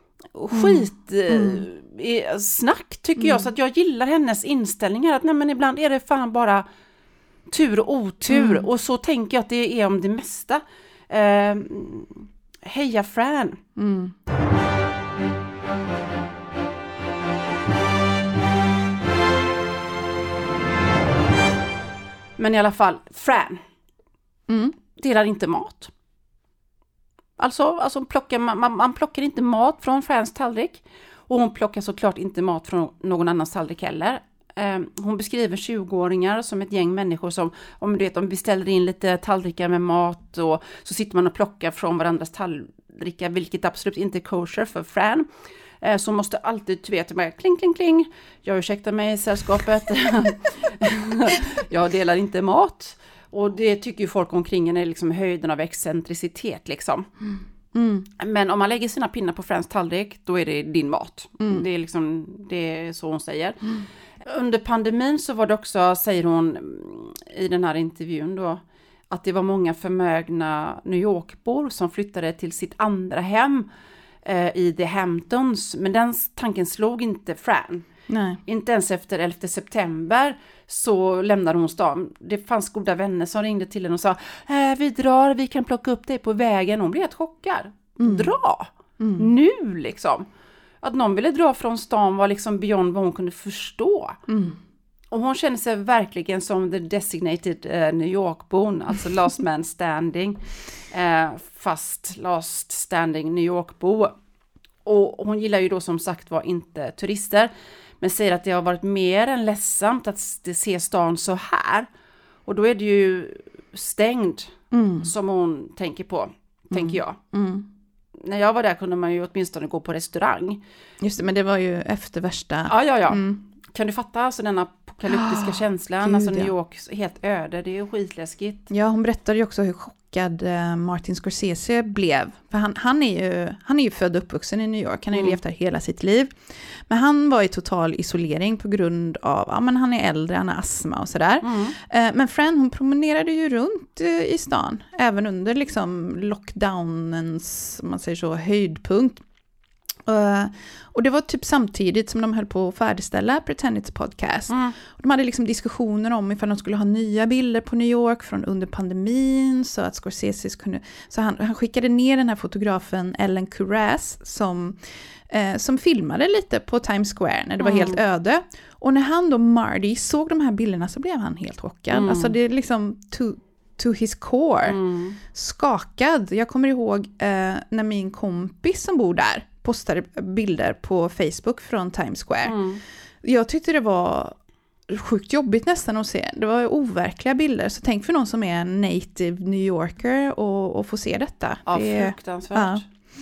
S6: skit mm. eh, snack tycker mm. jag, så att jag gillar hennes inställningar att nej, men ibland är det fan bara tur och otur. Mm. Och så tänker jag att det är om det mesta. Eh, heja Fran. Mm. Men i alla fall, Fran. Mm. delar inte mat. Alltså, alltså plockar man, man, man plockar inte mat från Frans tallrik. Och hon plockar såklart inte mat från någon annans tallrik heller. Eh, hon beskriver tjugoåringar som ett gäng människor som, om du vet, de beställer in lite tallrikar med mat och så sitter man och plockar från varandras tallrikar, vilket absolut inte är kosher för Fran. Eh, så måste alltid, du vet, med kling, kling, kling. Jag ursäktar mig i sällskapet. Jag delar inte mat. Och det tycker ju folk omkring en är liksom höjden av excentricitet liksom. Mm. Mm. Men om man lägger sina pinnar på Frans tallrik, då är det din mat. Mm. Det är liksom, det är så hon säger. Mm. Under pandemin så var det också, säger hon i den här intervjun då, att det var många förmögna New York-bor som flyttade till sitt andra hem eh, i The Hamptons. Men den tanken slog inte Fran. Nej. Inte ens efter elfte september så lämnade hon stan. Det fanns goda vänner som ringde till henne och sa äh, vi drar, vi kan plocka upp dig på vägen. Hon blev helt chockad. Mm. Dra! Mm. Nu liksom. Att någon ville dra från stan var liksom beyond vad hon kunde förstå. Mm. Och hon kände sig verkligen som the designated uh, New York-bon, alltså last man standing. Uh, fast last standing New York-bo. Och hon gillar ju då som sagt var inte turister. Men säger att det har varit mer än ledsamt att se stan så här. Och då är det ju stängd mm. som hon tänker på, mm. tänker jag. Mm. När jag var där kunde man ju åtminstone gå på restaurang.
S7: Just det, men det var ju efter värsta...
S6: Ja, ja, ja. Mm. Kan du fatta alltså den apokalyptiska oh, känslan? Gud, alltså New York helt öde, det är ju skitläskigt.
S7: Ja, hon berättade ju också hur chockad Martin Scorsese blev. För han, han, är ju, han är ju född och uppvuxen i New York. Han har ju mm. levt där hela sitt liv. Men han var i total isolering på grund av, ja men han är äldre, han har astma och sådär. Mm. Men Fran, hon promenerade ju runt i stan. Även under liksom lockdownens, man säger så, höjdpunkt. Uh, och det var typ samtidigt som de höll på att färdigställa Pretend It's a Podcast. Mm. Och de hade liksom diskussioner om ifall de skulle ha nya bilder på New York från under pandemin så att Scorsese kunde... Så han, han skickade ner den här fotografen Ellen Kuras som, eh, som filmade lite på Times Square när det var mm. helt öde. Och när han då, Marty, såg de här bilderna så blev han helt chockad. Mm. Alltså det är liksom... To, to his core. Mm. Skakad. Jag kommer ihåg eh, när min kompis som bor där postade bilder på Facebook från Times Square. Mm. Jag tyckte det var sjukt jobbigt nästan att se. Det var overkliga bilder. Så tänk för någon som är en native New Yorker och, och få se detta.
S6: Ja,
S7: det,
S6: fruktansvärt.
S7: Ja.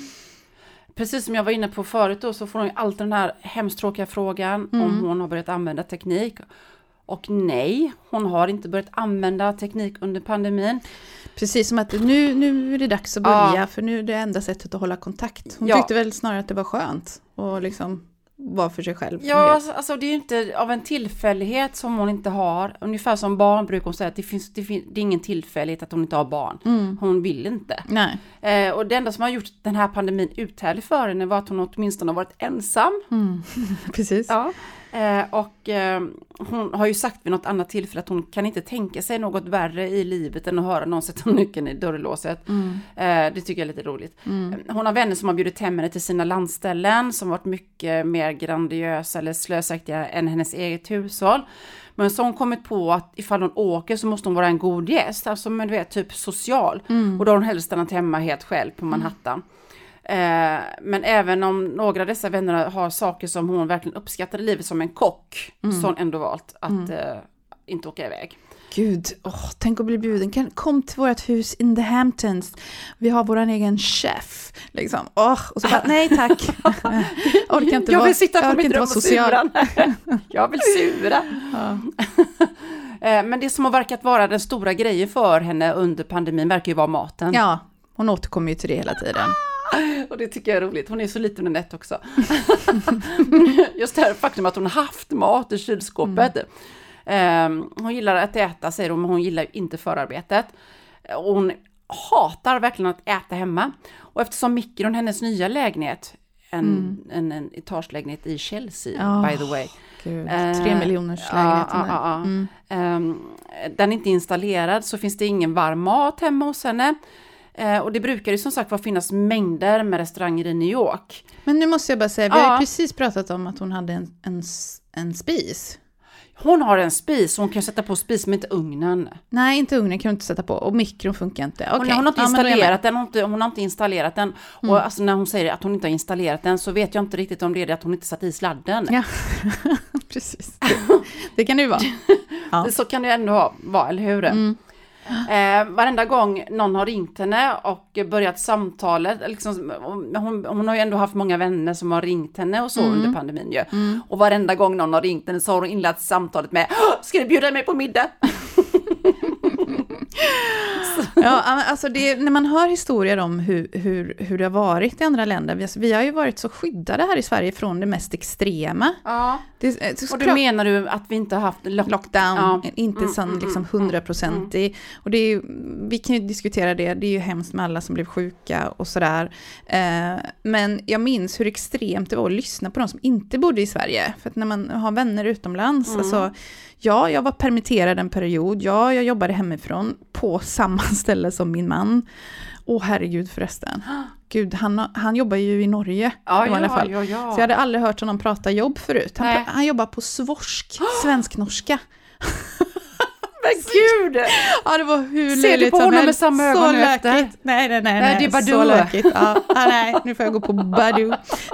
S6: Precis som jag var inne på förut då, så får hon ju alltid den här hemskt tråkiga frågan mm. om hon har börjat använda teknik. Och nej, hon har inte börjat använda teknik under pandemin.
S7: Precis som att nu, nu är det dags att börja, ja. För nu är det enda sättet att hålla kontakt. Hon ja. tyckte väl snarare att det var skönt och liksom vara för sig själv.
S6: Ja, alltså, alltså det är ju inte av en tillfällighet som hon inte har. Ungefär som barn brukar hon säga att det, finns, det, finns, det är ingen tillfällighet att hon inte har barn. Mm. Hon vill inte.
S7: Nej.
S6: Eh, och det enda som har gjort den här pandemin uthärlig för henne var att hon åtminstone har varit ensam.
S7: Mm. Precis.
S6: Ja. Eh, och eh, hon har ju sagt vid något annat tillfälle att hon kan inte tänka sig något värre i livet än att höra någon sätta nyckeln i dörrlåset. Mm. Eh, det tycker jag är lite roligt. Mm. Hon har vänner som har bjudit hem henne till sina landställen som varit mycket mer grandiösa eller slösaktiga än hennes eget hushåll. Men så har hon kommit på att ifall hon åker så måste hon vara en god gäst. Alltså men du vet, typ social. Mm. Och då har hon helst stannat hemma helt själv på Manhattan. Mm. Eh, men även om några av dessa vänner har saker som hon verkligen uppskattar i livet som en kock, mm. så har hon ändå valt att mm. eh, inte åka iväg.
S7: Gud, oh, tänk att bli bjuden. Kan, kom till vårt hus in the Hamptons. Vi har våran egen chef. Liksom. Oh, och så bara, nej tack.
S6: jag inte jag vill vara, sitta på mitt rum och sura. Jag vill sura. Ja. Men det som har verkat vara den stora grejen för henne under pandemin verkar ju vara maten.
S7: Ja, hon återkommer ju till det hela tiden.
S6: Och det tycker jag är roligt. Hon är så liten och nätt också. Just det här faktum att hon har haft mat i kylskåpet. Mm. Um, hon gillar att äta, säger hon, men hon gillar inte förarbetet. Och hon hatar verkligen att äta hemma. Och eftersom mikron, hennes nya lägenhet, en, mm. en, en etagelägenhet i Chelsea, oh, by the way.
S7: Gud. Tre uh, miljoners lägenheten.
S6: Uh, uh, uh, mm. um, den är inte installerad, så finns det ingen varm mat hemma hos henne. Eh, och det brukar ju som sagt vara finnas mängder med restauranger i New York.
S7: Men nu måste jag bara säga, vi ja. har ju precis pratat om att hon hade en, en, en spis.
S6: Hon har en spis, hon kan sätta på spis men inte ugnen.
S7: Nej, inte ugnen kan hon inte sätta på. Och mikron funkar inte. Okay.
S6: Hon, hon har inte
S7: ja,
S6: installerat den. Hon har inte, hon har inte installerat den.
S7: Mm.
S6: Och alltså, när hon säger att hon inte har installerat den så vet jag inte riktigt om det är det att hon inte satt i sladden.
S7: Ja, precis. Det, det kan det ju vara. Ja.
S6: Så kan det ändå vara, eller hur? Mm. Eh, varenda gång någon har ringt henne och börjat samtalet, liksom, hon, hon har ju ändå haft många vänner som har ringt henne och så mm. under pandemin ju. Mm. Och varenda gång någon har ringt henne så har hon inlett samtalet med: ska du bjuda mig på middag?
S7: Ja, alltså det, när man hör historier om hur, hur, hur det har varit i andra länder, vi, vi har ju varit så skyddade här i Sverige från det mest extrema.
S6: Ja.
S7: Det, så
S6: och du menar du att vi inte har haft lock-
S7: lockdown,
S6: ja.
S7: inte mm, sån liksom hundraprocentig. Mm. Och det är ju, vi kan ju diskutera det, det är ju hemskt med alla som blev sjuka och sådär. Eh, men jag minns hur extremt det var att lyssna på de som inte bodde i Sverige. För att när man har vänner utomlands, mm. alltså ja, jag var permitterad en period. Ja, jag jobbade hemifrån på samma ställe som min man. Åh, herregud förresten. Gud, han, han jobbar ju i Norge
S6: ja,
S7: i alla
S6: ja,
S7: fall.
S6: Ja, ja.
S7: Så jag hade aldrig hört honom prata jobb förut. Han, han jobbar på svorsk, svensk-norska.
S6: Men gud!
S7: Ja, det var hur
S6: ser du på honom
S7: helst.
S6: med samma ögon så efter?
S7: Nej, nej, nej. nej,
S6: nej det är Badoo.
S7: Så lökigt. Ja, nej, nu får jag gå på Badoo.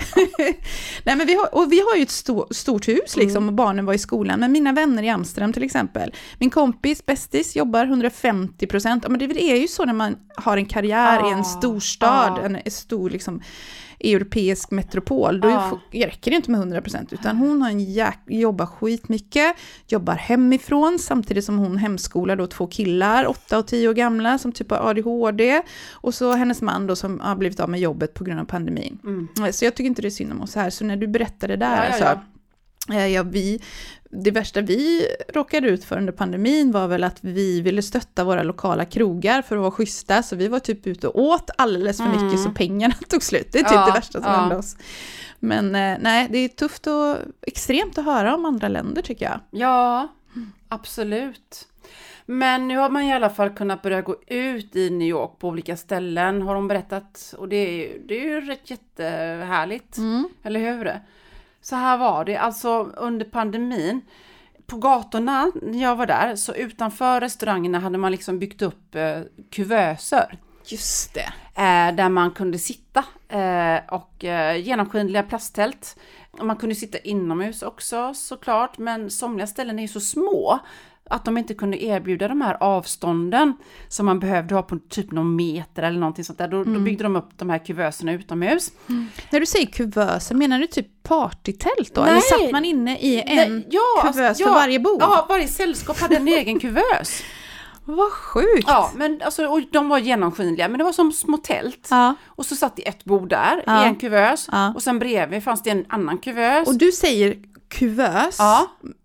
S7: Nej, men vi har, och vi har ju ett stor, stort hus liksom, mm. och barnen var i skolan. Men mina vänner i Amsterdam till exempel. Min kompis, bästis, jobbar hundrafemtio procent. Ja, men det är ju så när man har en karriär ah, i en storstad, ah. en stor liksom europeisk metropol, då ja. räcker det inte med hundra procent, utan hon har en jäk- jobbar skitmycket, jobbar hemifrån samtidigt som hon hemskolar då två killar, åtta och tio år gamla som typ har A D H D, och så hennes man då som har blivit av med jobbet på grund av pandemin. Mm. Så jag tycker inte det är synd om oss här, så när du berättade där ja, ja, ja. så Ja, vi, det värsta vi råkade ut för under pandemin var väl att vi ville stötta våra lokala krogar för att vara schyssta, så vi var typ ute och åt alldeles för mycket mm. så pengarna tog slut. Det är typ ja, det värsta som ja. hände oss. Men nej, det är tufft och extremt att höra om andra länder tycker jag.
S6: Ja, absolut. Men nu har man i alla fall kunnat börja gå ut i New York på olika ställen, har de berättat, och det är, det är ju rätt jättehärligt, mm. eller hur? Så här var det, alltså under pandemin, på gatorna när jag var där, så utanför restaurangerna hade man liksom byggt upp eh, kuvöser.
S7: Just det.
S6: Eh, där man kunde sitta eh, och eh, genomskinliga plasttält. Och man kunde sitta inomhus också såklart, men somliga ställen är ju så små att de inte kunde erbjuda de här avstånden som man behövde ha på typ någon meter eller någonting sånt där. Då, mm. då byggde de upp de här kuvöserna utomhus.
S7: Mm. När du säger kuvöser, menar du typ partytält då? Nej. Eller satt man inne i en Nej, ja, kuvös ja, för varje bord?
S6: Ja, varje sällskap hade en egen kuvös.
S7: Vad sjukt!
S6: Ja, men alltså, och de var genomskinliga, men det var som små tält. Ja. Och så satt det ett bord där ja. i en kuvös. Ja. Och sen bredvid fanns det en annan kuvös.
S7: Och du säger kuvös?
S6: Ja.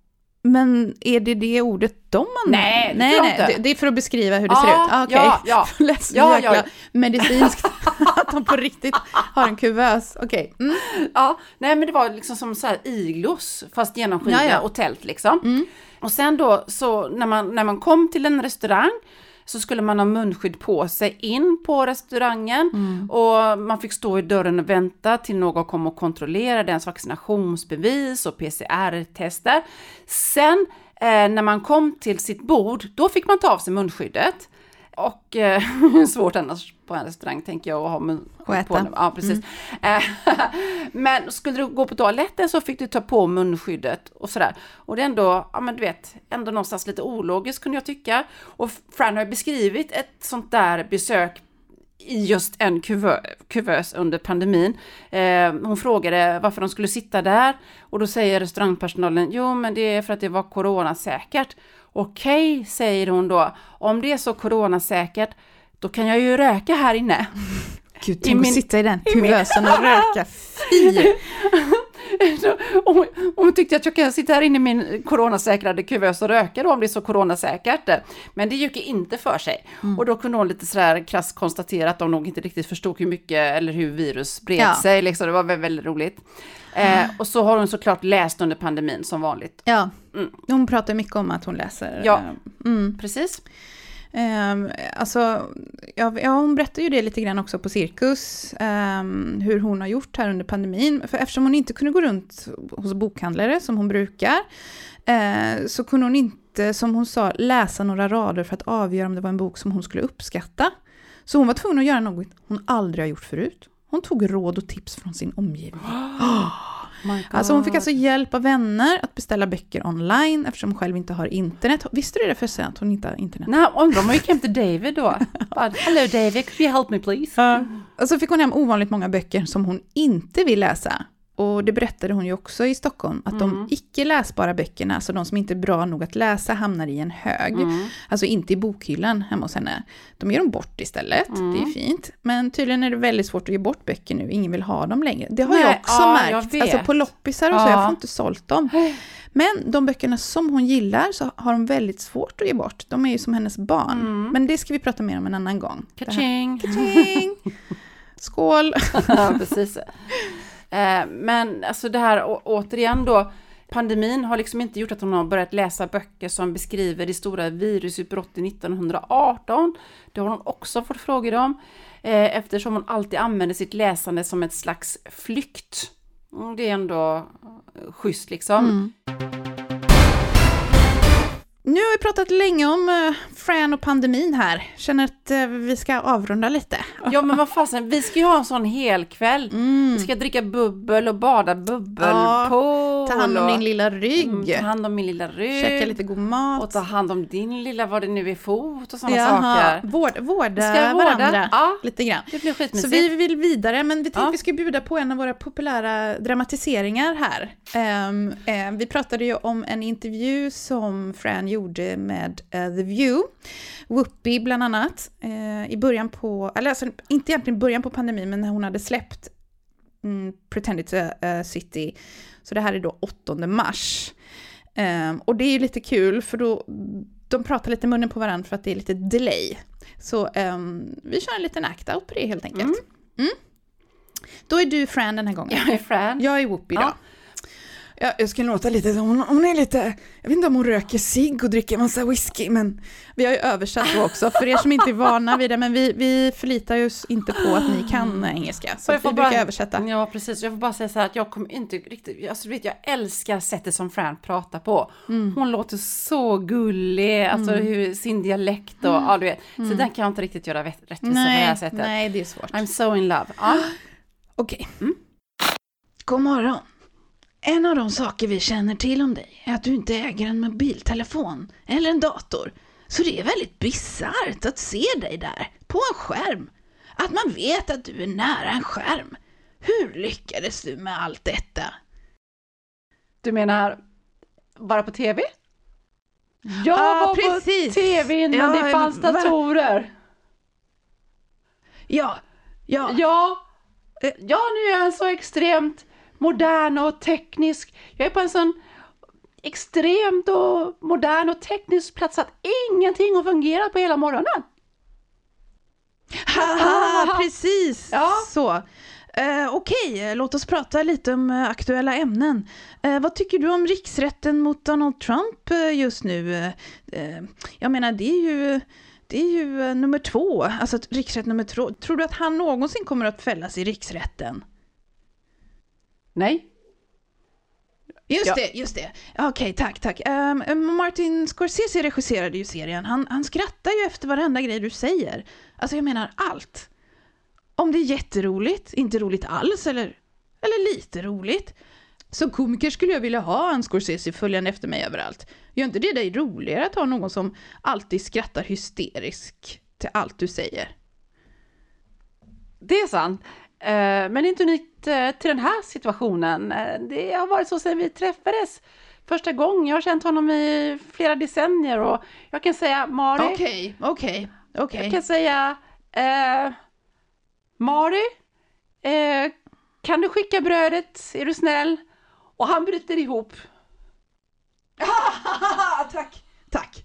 S7: Men är det det ordet de använder?
S6: Nej, det
S7: nej,
S6: nej.
S7: Det, det är för att beskriva hur det
S6: ja,
S7: ser ut. Ah, okay.
S6: Ja, ja.
S7: Läs ja, ja. medicinskt att de på riktigt har en kuvös. Okej. Okay. Mm.
S6: Ja, nej men det var liksom som så här iglos fast genomskinliga ja, ja. och tält liksom. Mm. Och sen då så när man när man kom till en restaurang så skulle man ha munskydd på sig in på restaurangen. Mm. Och man fick stå i dörren och vänta till någon kom och kontrollerade ens vaccinationsbevis och P C R-tester. Sen eh, när man kom till sitt bord, då fick man ta av sig munskyddet. Och eh, svårt annars på en restaurang tänker jag att ha mun på. Ja, precis. Mm. Men skulle du gå på toaletten så fick du ta på munskyddet och sådär. Och det är ändå, ja men du vet, ändå någonstans lite ologiskt kunde jag tycka. Och Fran har beskrivit ett sånt där besök i just en kuvö, kuvös under pandemin. Eh, hon frågade varför de skulle sitta där. Och då säger restaurangpersonalen, jo men det är för att det var coronasäkert. Okej, säger hon då. Om det är så coronasäkert, då kan jag ju röka här inne.
S7: Gud, tänk att sitta i den kuvösen och röka. Fy!
S6: Hon, hon tyckte att jag kan sitta här inne i min coronasäkrade kuvös och röka då om det är så coronasäkert. Men det gick inte för sig. Mm. Och då kunde hon lite sådär krass konstatera att de nog inte riktigt förstod hur mycket eller hur virus spred ja. sig. Liksom. Det var väldigt, väldigt roligt. Eh, och så har hon såklart läst under pandemin som vanligt.
S7: Ja, mm. hon pratar mycket om att hon läser.
S6: Ja, mm. precis.
S7: Um, alltså, ja, ja, hon berättar ju det lite grann också på Cirkus, um, hur hon har gjort här under pandemin. För eftersom hon inte kunde gå runt hos bokhandlare som hon brukar, uh, så kunde hon inte, som hon sa, läsa några rader för att avgöra om det var en bok som hon skulle uppskatta. Så hon var tvungen att göra något hon aldrig har gjort förut. Hon tog råd och tips från sin omgivning. Oh. Alltså hon fick alltså hjälp av vänner att beställa böcker online eftersom hon själv inte har internet. Visste du det för sent att hon inte har internet?
S6: Nej, undrar om hon gick hem till David då. Hello David, could you help me please?
S7: Uh, och så fick hon hem ovanligt många böcker som hon inte vill läsa. Och det berättade hon ju också i Stockholm. Att mm. de icke läsbara böckerna, alltså de som inte är bra nog att läsa, hamnar i en hög. Mm. Alltså inte i bokhyllan hemma hos henne. De ger dem bort istället. Mm. Det är fint. Men tydligen är det väldigt svårt att ge bort böcker nu. Ingen vill ha dem längre. Det har Nej, jag också ja, märkt. Jag alltså på loppisar och ja. så. Jag får inte sålt dem. Men de böckerna som hon gillar så har de väldigt svårt att ge bort. De är ju som hennes barn. Mm. Men det ska vi prata mer om en annan gång.
S6: Ka-ching!
S7: Ka-ching! Skål!
S6: Ja, precis. Men alltså det här å- återigen då, pandemin har liksom inte gjort att hon har börjat läsa böcker som beskriver det stora virusutbrottet nittonhundraarton. Det har hon också fått frågor om, eh, eftersom hon alltid använder sitt läsande som ett slags flykt. Det är ändå schysst liksom. Mm.
S7: Nu har vi pratat länge om uh, Fran och pandemin här. Känner att uh, vi ska avrunda lite.
S6: Ja, men vad fasen, vi ska ju ha en sån hel kväll. Mm. Vi ska dricka bubbel och bada bubbel
S7: ja,
S6: på.
S7: Ta hand om din lilla rygg.
S6: Mm, ta hand om min lilla rygg.
S7: Käka lite god mat.
S6: Och ta hand om din lilla, vad det nu är, fot och sådana
S7: Jaha.
S6: saker.
S7: Vård, vårda varandra
S6: ja.
S7: lite grann.
S6: Det blir skitmysigt.
S7: Så vi vill vidare, men vi tänkte
S6: ja.
S7: vi ska bjuda på en av våra populära dramatiseringar här. Um, uh, vi pratade ju om en intervju som Fran gjorde med uh, The View. Whoopi bland annat. Uh, I början på, eller alltså inte egentligen början på pandemin, men när hon hade släppt mm, Pretend It's a, a City. Så det här är då åttonde mars. Um, och det är ju lite kul för då de pratar lite munnen på varandra för att det är lite delay. Så um, vi kör en liten act-out på det helt enkelt. Mm. Mm. Då är du Fran den här gången.
S6: Jag är Fran.
S7: Jag är Whoopi då.
S6: Ja.
S7: Ja, jag ska låta lite, hon, hon är lite, jag vet inte om hon röker cigg och dricker massa whisky, men vi har ju översatt då också, för er som inte är vana vid det, men vi, vi förlitar ju inte på att ni kan engelska, så
S6: jag får
S7: vi
S6: bara
S7: brukar översätta.
S6: Ja, precis, jag får bara säga så här att jag kommer inte riktigt, alltså vet jag älskar sättet som Fran pratar på. Mm. Hon låter så gullig, alltså mm. hur, sin dialekt och, mm. ja du vet, så mm. den kan jag inte riktigt göra rättvisa på det här sättet.
S7: Nej, det är svårt.
S6: I'm so in love. Ja.
S7: Okej. Okay. Mm. God morgon. En av de saker vi känner till om dig är att du inte äger en mobiltelefon eller en dator. Så det är väldigt bisarrt att se dig där, på en skärm. Att man vet att du är nära en skärm. Hur lyckades du med allt detta?
S6: Du menar bara på tv? Jag
S7: ah,
S6: var
S7: precis.
S6: på tv innan ja, det fanns datorer.
S7: Ja, ja.
S6: Ja, ja nu är jag så extremt modern och teknisk. Jag är på en sån extremt och modern och teknisk plats att ingenting har fungerat på hela morgonen.
S7: Haha, precis.
S6: Ja.
S7: Så. Uh, Okej, okay. Låt oss prata lite om uh, aktuella ämnen. Uh, vad tycker du om riksrätten mot Donald Trump uh, just nu? Uh, uh, jag menar, det är ju, det är ju uh, nummer två. Alltså riksrätt nummer två. Tror du att han någonsin kommer att fällas i riksrätten?
S6: Nej.
S7: Just
S6: ja.
S7: det, just det. Okej, okay, tack, tack. Um, Martin Scorsese regisserade ju serien. Han, han skrattar ju efter varenda grej du säger. Alltså jag menar allt. Om det är jätteroligt, inte roligt alls eller, eller lite roligt. Som komiker skulle jag vilja ha en Scorsese följande efter mig överallt. Gör inte det dig roligare att ha någon som alltid skrattar hysteriskt till allt du säger?
S6: Det är sant. Men inte unikt till den här situationen. Det har varit så sedan vi träffades första gången. Jag har känt honom i flera decennier. Och jag kan säga, Mari.
S7: Okej, okej, okej.
S6: Jag kan säga, eh, Mari, eh, kan du skicka brödet? Är du snäll? Och han bryter ihop.
S7: Tack, tack.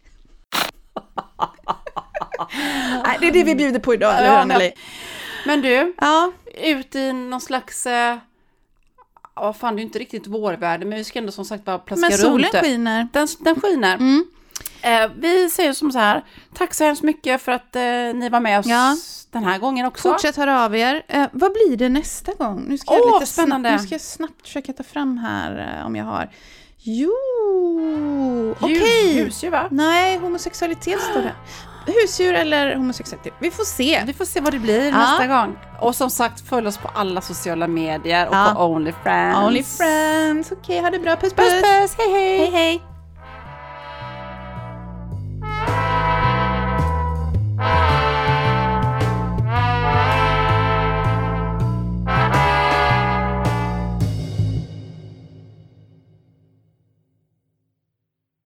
S7: Nej, det är det vi bjuder på idag, eller hur, Anneli?
S6: Men du,
S7: ja.
S6: ut i någon slags, eh, vad fan, det är inte riktigt vårvärde, men vi ska ändå som sagt bara plaska runt.
S7: Men solen skiner.
S6: Den, den skiner.
S7: Mm.
S6: Eh, vi säger som så här, tack så hemskt mycket för att eh, ni var med oss ja. den här gången också.
S7: Fortsätt höra av er. Eh, vad blir det nästa gång? Nu ska jag
S6: Åh,
S7: lite
S6: spännande.
S7: Snabbt, nu ska jag snabbt försöka ta fram här eh, om jag har. Jo, okej.
S6: Okay. Husdjur, va?
S7: Nej, homosexualitet står det. Husdjur eller homosexualitet. Vi får se.
S6: Vi får se vad det blir ja. nästa gång. Och som sagt, följ oss på alla sociala medier och ja. på OnlyFriends.
S7: OnlyFriends. Okej, okay, ha det bra. Puss, puss.
S6: Puss, puss. Hej, hej.
S7: Hej, hej.